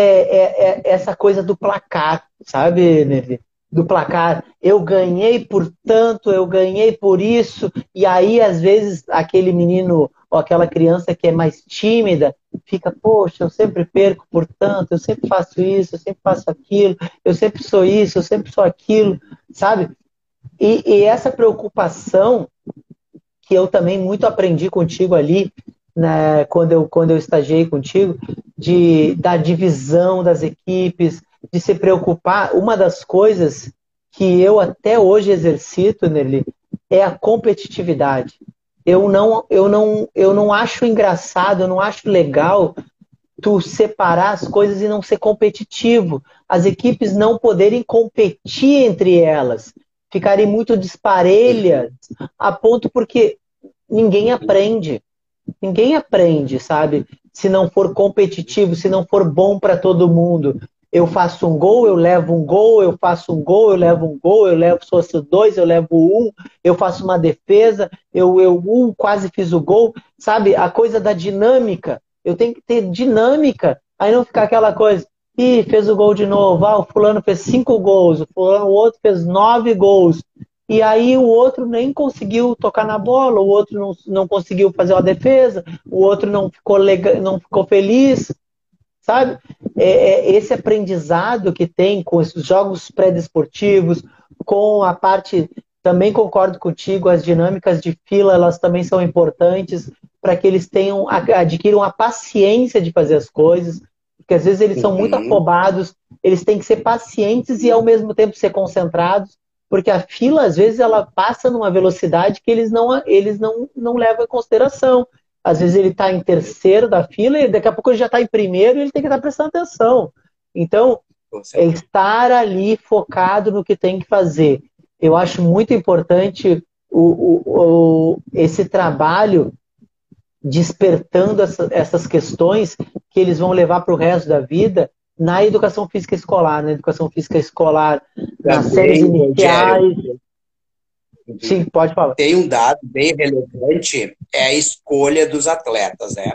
é essa coisa do placar, sabe, Nerli? Do placar, eu ganhei por tanto, eu ganhei por isso, e aí às vezes aquele menino ou aquela criança que é mais tímida fica, poxa, eu sempre perco por tanto, eu sempre faço isso, eu sempre faço aquilo, eu sempre sou isso, eu sempre sou aquilo, sabe? E essa preocupação que eu também muito aprendi contigo ali, né, quando eu estagiei contigo, da divisão das equipes, de se preocupar. Uma das coisas que eu até hoje exercito, Nerli, é a competitividade. Eu não acho engraçado, eu não acho legal tu separar as coisas e não ser competitivo. As equipes não poderem competir entre elas, ficarem muito disparelhas, a ponto porque ninguém aprende. Ninguém aprende, sabe? Se não for competitivo, se não for bom para todo mundo. Eu faço um gol, eu levo um gol, eu faço um gol, eu levo um gol, se fosse dois, eu levo um, eu faço uma defesa, eu quase fiz o gol, sabe? A coisa da dinâmica, eu tenho que ter dinâmica, aí não ficar aquela coisa, fez o gol de novo, o fulano fez 5 gols, o outro fez 9 gols, e aí o outro nem conseguiu tocar na bola, o outro não conseguiu fazer uma defesa, o outro não ficou feliz, sabe? Esse aprendizado que tem com esses jogos pré-desportivos, com a parte, também concordo contigo, as dinâmicas de fila, elas também são importantes para que eles adquiram a paciência de fazer as coisas, porque às vezes eles são muito afobados, eles têm que ser pacientes e ao mesmo tempo ser concentrados, porque a fila, às vezes, ela passa numa velocidade que eles não levam em consideração. Às vezes ele está em terceiro da fila e daqui a pouco ele já está em primeiro e ele tem que estar prestando atenção. Então, é estar ali focado no que tem que fazer. Eu acho muito importante esse trabalho despertando essas questões que eles vão levar para o resto da vida na educação física escolar, nas séries iniciais. Sim, pode falar. Tem um dado bem relevante, é a escolha dos atletas, né?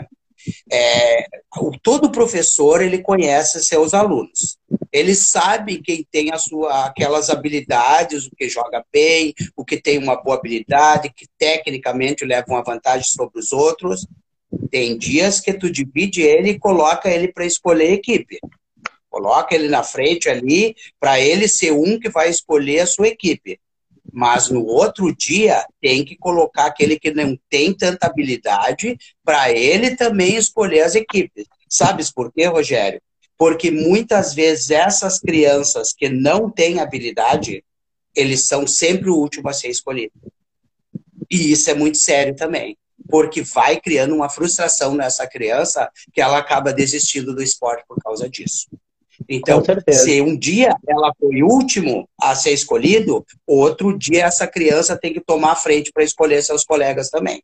Todo professor, ele conhece seus alunos. Ele sabe quem tem aquelas habilidades, o que joga bem, o que tem uma boa habilidade, que tecnicamente leva uma vantagem sobre os outros. Tem dias que tu divide ele e coloca ele para escolher a equipe. Coloca ele na frente ali, para ele ser um que vai escolher a sua equipe. Mas no outro dia tem que colocar aquele que não tem tanta habilidade para ele também escolher as equipes. Sabes por quê, Rogério? Porque muitas vezes essas crianças que não têm habilidade, eles são sempre o último a ser escolhido. E isso é muito sério também, porque vai criando uma frustração nessa criança que ela acaba desistindo do esporte por causa disso. Então, se um dia ela foi o último a ser escolhido, outro dia essa criança tem que tomar a frente para escolher seus colegas também.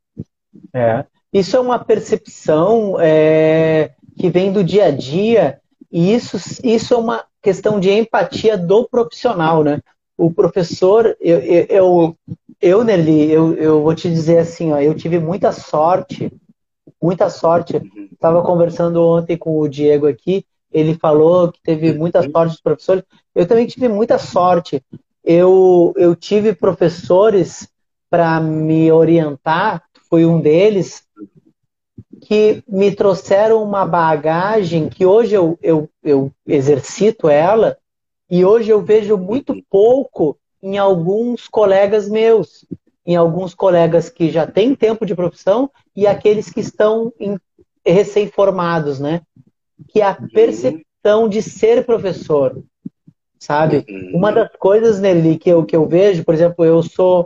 Isso é uma percepção que vem do dia a dia, e isso é uma questão de empatia do profissional, né? O professor, Nerli, eu vou te dizer assim, ó, eu tive muita sorte. Estava conversando ontem com o Diego aqui, ele falou que teve muita sorte dos professores. Eu também tive muita sorte. Eu tive professores para me orientar, fui um deles, que me trouxeram uma bagagem que hoje eu exercito ela, e hoje eu vejo muito pouco em alguns colegas meus, em alguns colegas que já têm tempo de profissão e aqueles que estão recém-formados, né? Que é a percepção de ser professor, sabe? Uma das coisas, Nelly, que eu vejo, por exemplo, eu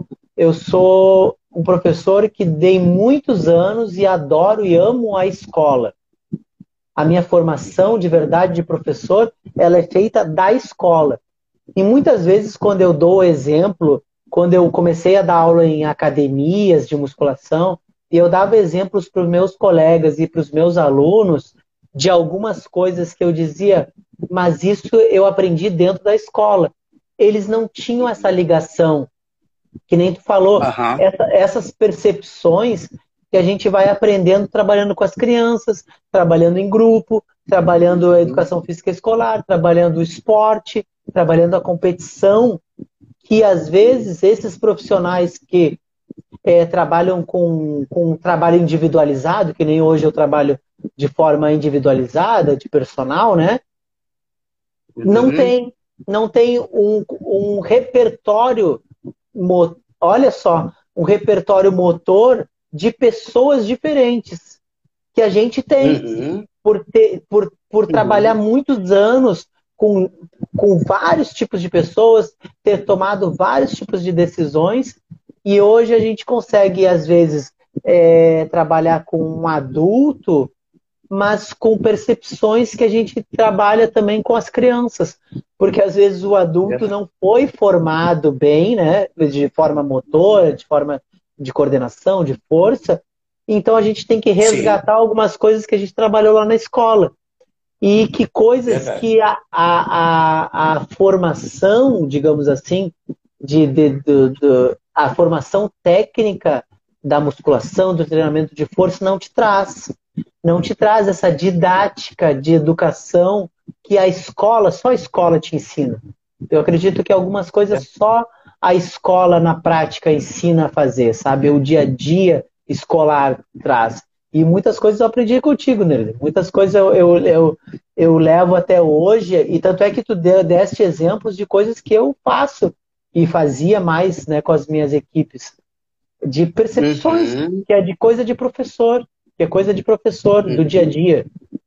sou um professor que dei muitos anos e adoro e amo a escola. A minha formação de verdade de professor, ela é feita da escola. E muitas vezes, quando eu dou exemplo, quando eu comecei a dar aula em academias de musculação, e eu dava exemplos para os meus colegas e para os meus alunos de algumas coisas que eu dizia, mas isso eu aprendi dentro da escola. Eles não tinham essa ligação, que nem tu falou, essas percepções que a gente vai aprendendo trabalhando com as crianças, trabalhando em grupo, trabalhando a educação física escolar, trabalhando o esporte, trabalhando a competição, que às vezes esses profissionais que trabalham com um trabalho individualizado, que nem hoje eu trabalho de forma individualizada, de personal, né? Não tem um repertório, olha só, um repertório motor de pessoas diferentes que a gente tem por trabalhar muitos anos com vários tipos de pessoas, ter tomado vários tipos de decisões, e hoje a gente consegue, às vezes, trabalhar com um adulto, mas com percepções que a gente trabalha também com as crianças. Porque, às vezes, o adulto não foi formado bem, né, de forma motora, de forma de coordenação, de força. Então, a gente tem que resgatar algumas coisas que a gente trabalhou lá na escola. E que coisas que a formação, digamos assim, a formação técnica da musculação, do treinamento de força não te traz. Não te traz essa didática de educação que só a escola te ensina. Eu acredito que algumas coisas só a escola na prática ensina a fazer, sabe? O dia a dia escolar traz. E muitas coisas eu aprendi contigo, Nerli. Muitas coisas eu levo até hoje, e tanto é que tu deste exemplos de coisas que eu faço e fazia mais, né, com as minhas equipes. De percepções, que é de coisa de professor, que é coisa de professor do dia a dia.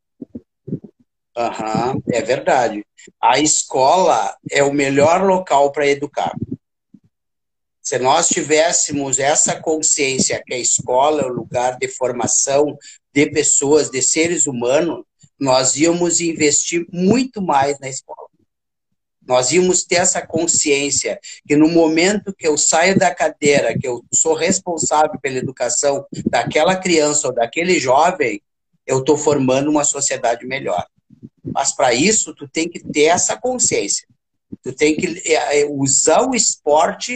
É verdade. A escola é o melhor local para educar. Se nós tivéssemos essa consciência que a escola é o lugar de formação de pessoas, de seres humanos, nós íamos investir muito mais na escola. Nós íamos ter essa consciência que no momento que eu saio da cadeira, que eu sou responsável pela educação daquela criança ou daquele jovem, eu estou formando uma sociedade melhor. Mas para isso, tu tem que ter essa consciência. Tu tem que usar o esporte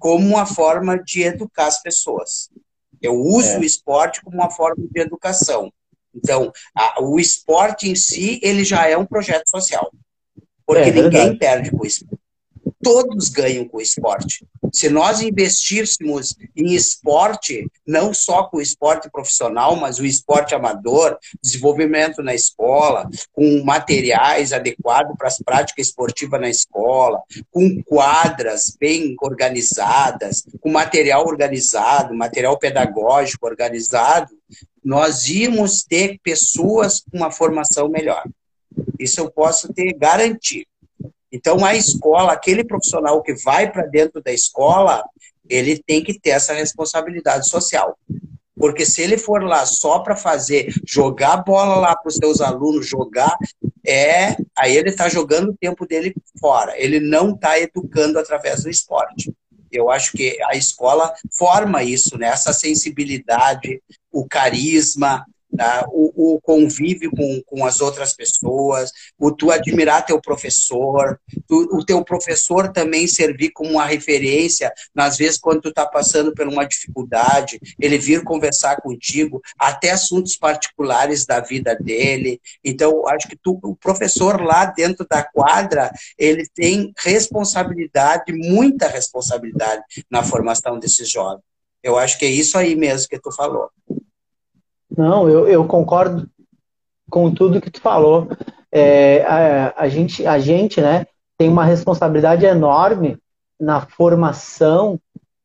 como uma forma de educar as pessoas. Eu uso o esporte como uma forma de educação. Então, o esporte em si, ele já é um projeto social. Porque ninguém perde com o esporte. Todos ganham com o esporte. Se nós investíssemos em esporte, não só com o esporte profissional, mas o esporte amador, desenvolvimento na escola, com materiais adequados para as práticas esportivas na escola, com quadras bem organizadas, com material organizado, material pedagógico organizado, nós íamos ter pessoas com uma formação melhor. Isso eu posso ter garantido. Então, a escola, aquele profissional que vai para dentro da escola, ele tem que ter essa responsabilidade social. Porque se ele for lá só para jogar bola lá para os seus alunos, aí ele está jogando o tempo dele fora. Ele não está educando através do esporte. Eu acho que a escola forma isso, né? Essa sensibilidade, o carisma, o convívio com as outras pessoas, o tu admirar teu professor, o teu professor também servir como uma referência, às vezes quando tu está passando por uma dificuldade, ele vir conversar contigo, até assuntos particulares da vida dele. Então, acho que o professor lá dentro da quadra, ele tem responsabilidade, muita responsabilidade na formação desses jovens. Eu acho que é isso aí mesmo que tu falou. Não, eu concordo com tudo que tu falou. A gente, né, tem uma responsabilidade enorme na formação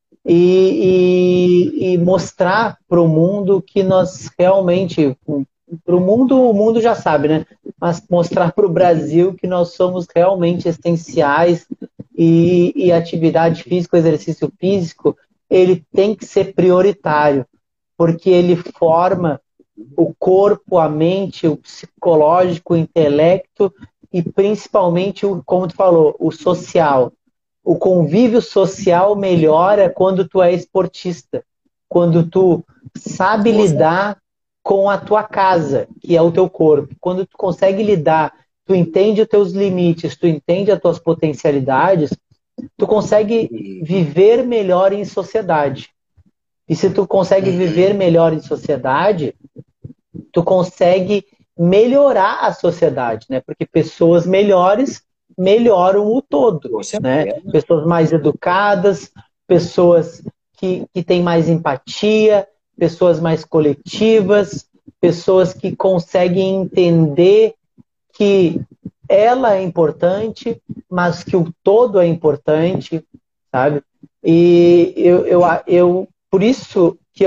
e mostrar para o mundo que nós realmente, para o mundo já sabe, né? Mas mostrar para o Brasil que nós somos realmente essenciais e atividade física, o exercício físico, ele tem que ser prioritário, porque ele forma o corpo, a mente, o psicológico, o intelecto e principalmente, como tu falou, o social. O convívio social melhora quando tu é esportista, quando tu sabe lidar com a tua casa, que é o teu corpo. Quando tu consegue lidar, tu entende os teus limites, tu entende as tuas potencialidades, tu consegue viver melhor em sociedade. E se tu consegue viver melhor em sociedade, tu consegue melhorar a sociedade, né? Porque pessoas melhores melhoram o todo, né? Pessoas mais educadas, pessoas que têm mais empatia, pessoas mais coletivas, pessoas que conseguem entender que ela é importante, mas que o todo é importante, sabe? E por isso que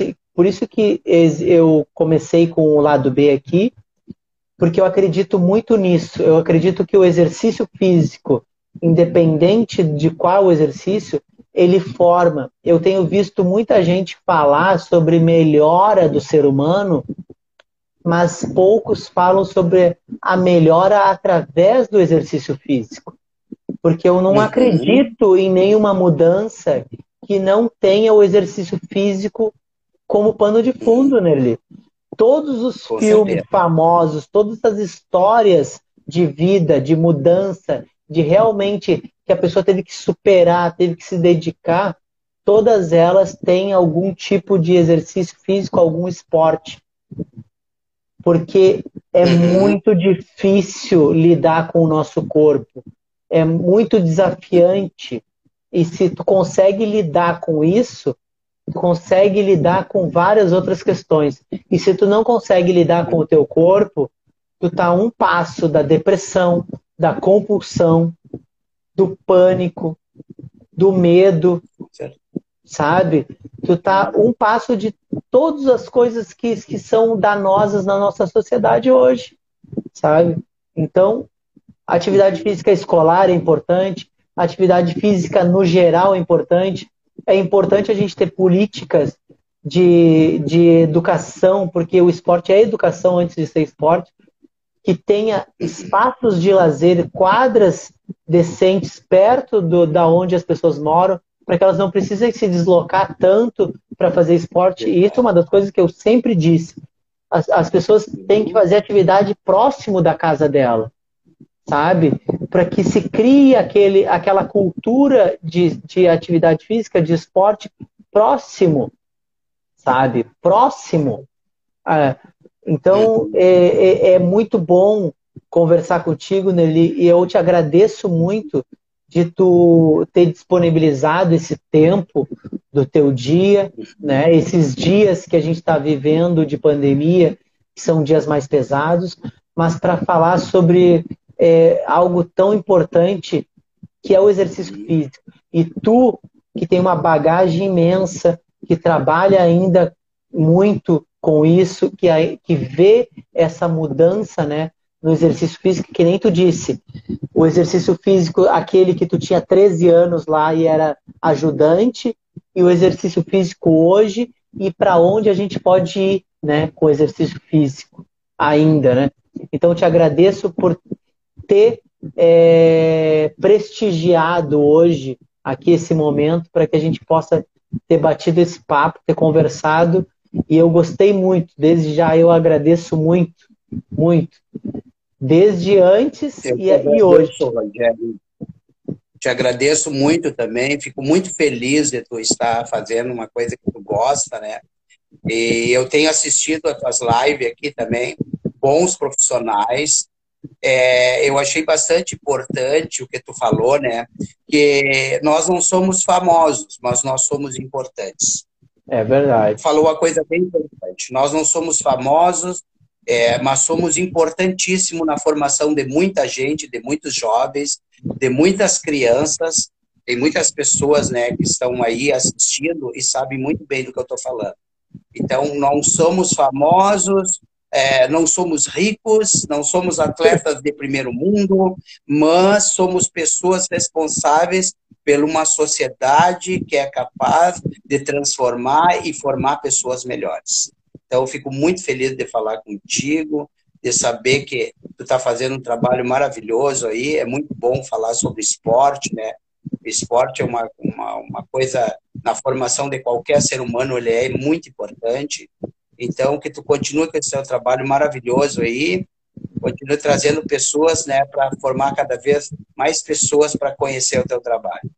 eu comecei com o lado B aqui, porque eu acredito muito nisso. Eu acredito que o exercício físico, independente de qual exercício, ele forma. Eu tenho visto muita gente falar sobre melhora do ser humano, mas poucos falam sobre a melhora através do exercício físico. Porque eu não acredito em nenhuma mudança que não tenha o exercício físico como pano de fundo, Nerli. Todos os filmes famosos, todas as histórias de vida, de mudança, de realmente que a pessoa teve que superar, teve que se dedicar, todas elas têm algum tipo de exercício físico, algum esporte. Porque é muito difícil lidar com o nosso corpo. É muito desafiante. E se tu consegue lidar com isso, tu consegue lidar com várias outras questões. E se tu não consegue lidar com o teu corpo, tu tá a um passo da depressão, da compulsão, do pânico, do medo, sabe? Tu tá um passo de todas as coisas que são danosas na nossa sociedade hoje, sabe? Então, a atividade física escolar é importante, a atividade física no geral é importante. É importante a gente ter políticas de educação, porque o esporte é educação antes de ser esporte, que tenha espaços de lazer, quadras decentes perto da onde as pessoas moram, para que elas não precisem se deslocar tanto para fazer esporte. E isso é uma das coisas que eu sempre disse. As pessoas têm que fazer atividade próximo da casa dela, sabe? para que se crie aquela cultura de atividade física, de esporte próximo, sabe? Próximo. Então, é muito bom conversar contigo, Nelly, e eu te agradeço muito de tu ter disponibilizado esse tempo do teu dia, né? Esses dias que a gente está vivendo de pandemia, que são dias mais pesados, mas para falar sobre algo tão importante que é o exercício físico. E tu, que tem uma bagagem imensa, que trabalha ainda muito com isso, que vê essa mudança, né, no exercício físico, que nem tu disse. O exercício físico, aquele que tu tinha 13 anos lá e era ajudante, e o exercício físico hoje, e para onde a gente pode ir, né, com o exercício físico ainda, né? Então, eu te agradeço por ter prestigiado hoje aqui esse momento para que a gente possa ter batido esse papo, ter conversado, e eu gostei muito. Desde já eu agradeço muito, muito. Desde antes e hoje. Rogério. Te agradeço muito também, fico muito feliz de tu estar fazendo uma coisa que tu gosta, né? E eu tenho assistido as tuas lives aqui também, bons profissionais. Eu achei bastante importante o que tu falou, né? Que nós não somos famosos, mas nós somos importantes. É verdade. Falou uma coisa bem importante. Nós não somos famosos, mas somos importantíssimos na formação de muita gente, de muitos jovens, de muitas crianças. Tem muitas pessoas, né, que estão aí assistindo e sabem muito bem do que eu estou falando. Então, não somos famosos, não somos ricos, não somos atletas de primeiro mundo, mas somos pessoas responsáveis por uma sociedade que é capaz de transformar e formar pessoas melhores. Então, eu fico muito feliz de falar contigo, de saber que tu está fazendo um trabalho maravilhoso aí. É muito bom falar sobre esporte, né? O esporte é uma coisa, na formação de qualquer ser humano, ele é muito importante. Então, que tu continue com esse seu trabalho maravilhoso aí, continue trazendo pessoas, né, para formar cada vez mais pessoas para conhecer o teu trabalho.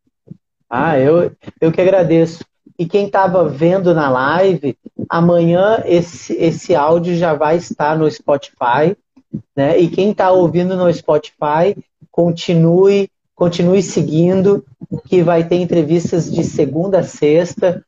Eu que agradeço. E quem estava vendo na live, amanhã esse áudio já vai estar no Spotify, né? E quem está ouvindo no Spotify, continue seguindo, que vai ter entrevistas de segunda a sexta.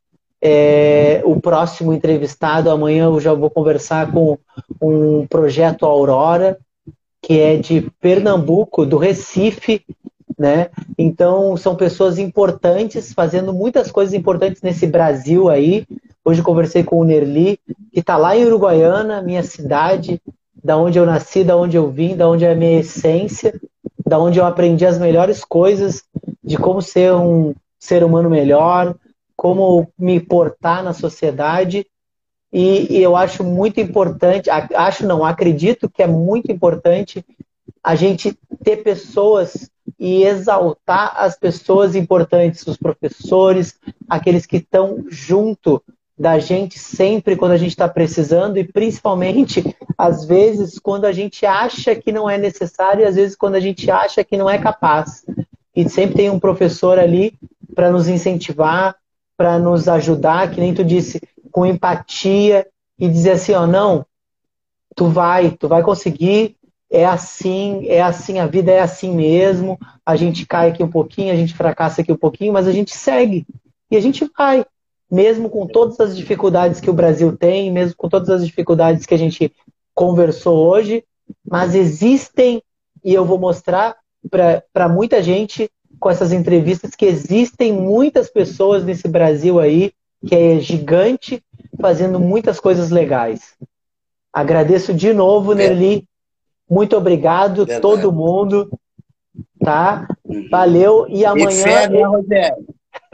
O próximo entrevistado, amanhã eu já vou conversar com um projeto Aurora, que é de Pernambuco, do Recife, né? Então, são pessoas importantes, fazendo muitas coisas importantes nesse Brasil aí. Hoje eu conversei com o Nerli, que está lá em Uruguaiana, minha cidade, da onde eu nasci, da onde eu vim, da onde é a minha essência, da onde eu aprendi as melhores coisas de como ser um ser humano melhor, como me portar na sociedade. E eu acho muito importante, acredito que é muito importante a gente ter pessoas e exaltar as pessoas importantes, os professores, aqueles que estão junto da gente sempre quando a gente está precisando, e principalmente, às vezes, quando a gente acha que não é necessário e às vezes quando a gente acha que não é capaz. E sempre tem um professor ali para nos incentivar, para nos ajudar, que nem tu disse, com empatia, e dizer assim, não, tu vai conseguir, é assim, a vida é assim mesmo, a gente cai aqui um pouquinho, a gente fracassa aqui um pouquinho, mas a gente segue, e a gente vai, mesmo com todas as dificuldades que o Brasil tem, mesmo com todas as dificuldades que a gente conversou hoje, mas existem, e eu vou mostrar para muita gente com essas entrevistas, que existem muitas pessoas nesse Brasil aí, que é gigante, fazendo muitas coisas legais. Agradeço de novo, Nerli. Muito obrigado, todo mundo. Tá? Valeu. E amanhã... E fé, né, Rogério?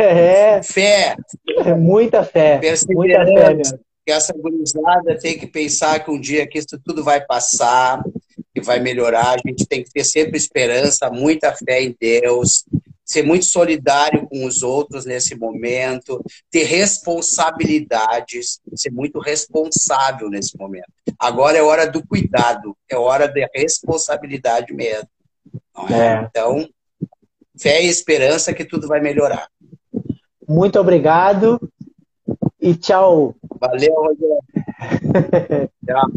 Fé. Muita fé. Muita fé, mesmo. Que essa gurizada tem que pensar que um dia que isso tudo vai passar, que vai melhorar. A gente tem que ter sempre esperança, muita fé em Deus, ser muito solidário com os outros nesse momento, ter responsabilidades, ser muito responsável nesse momento. Agora é hora do cuidado, é hora da responsabilidade mesmo. Não é? Então, fé e esperança que tudo vai melhorar. Muito obrigado e tchau. Valeu, Rogério. Tchau.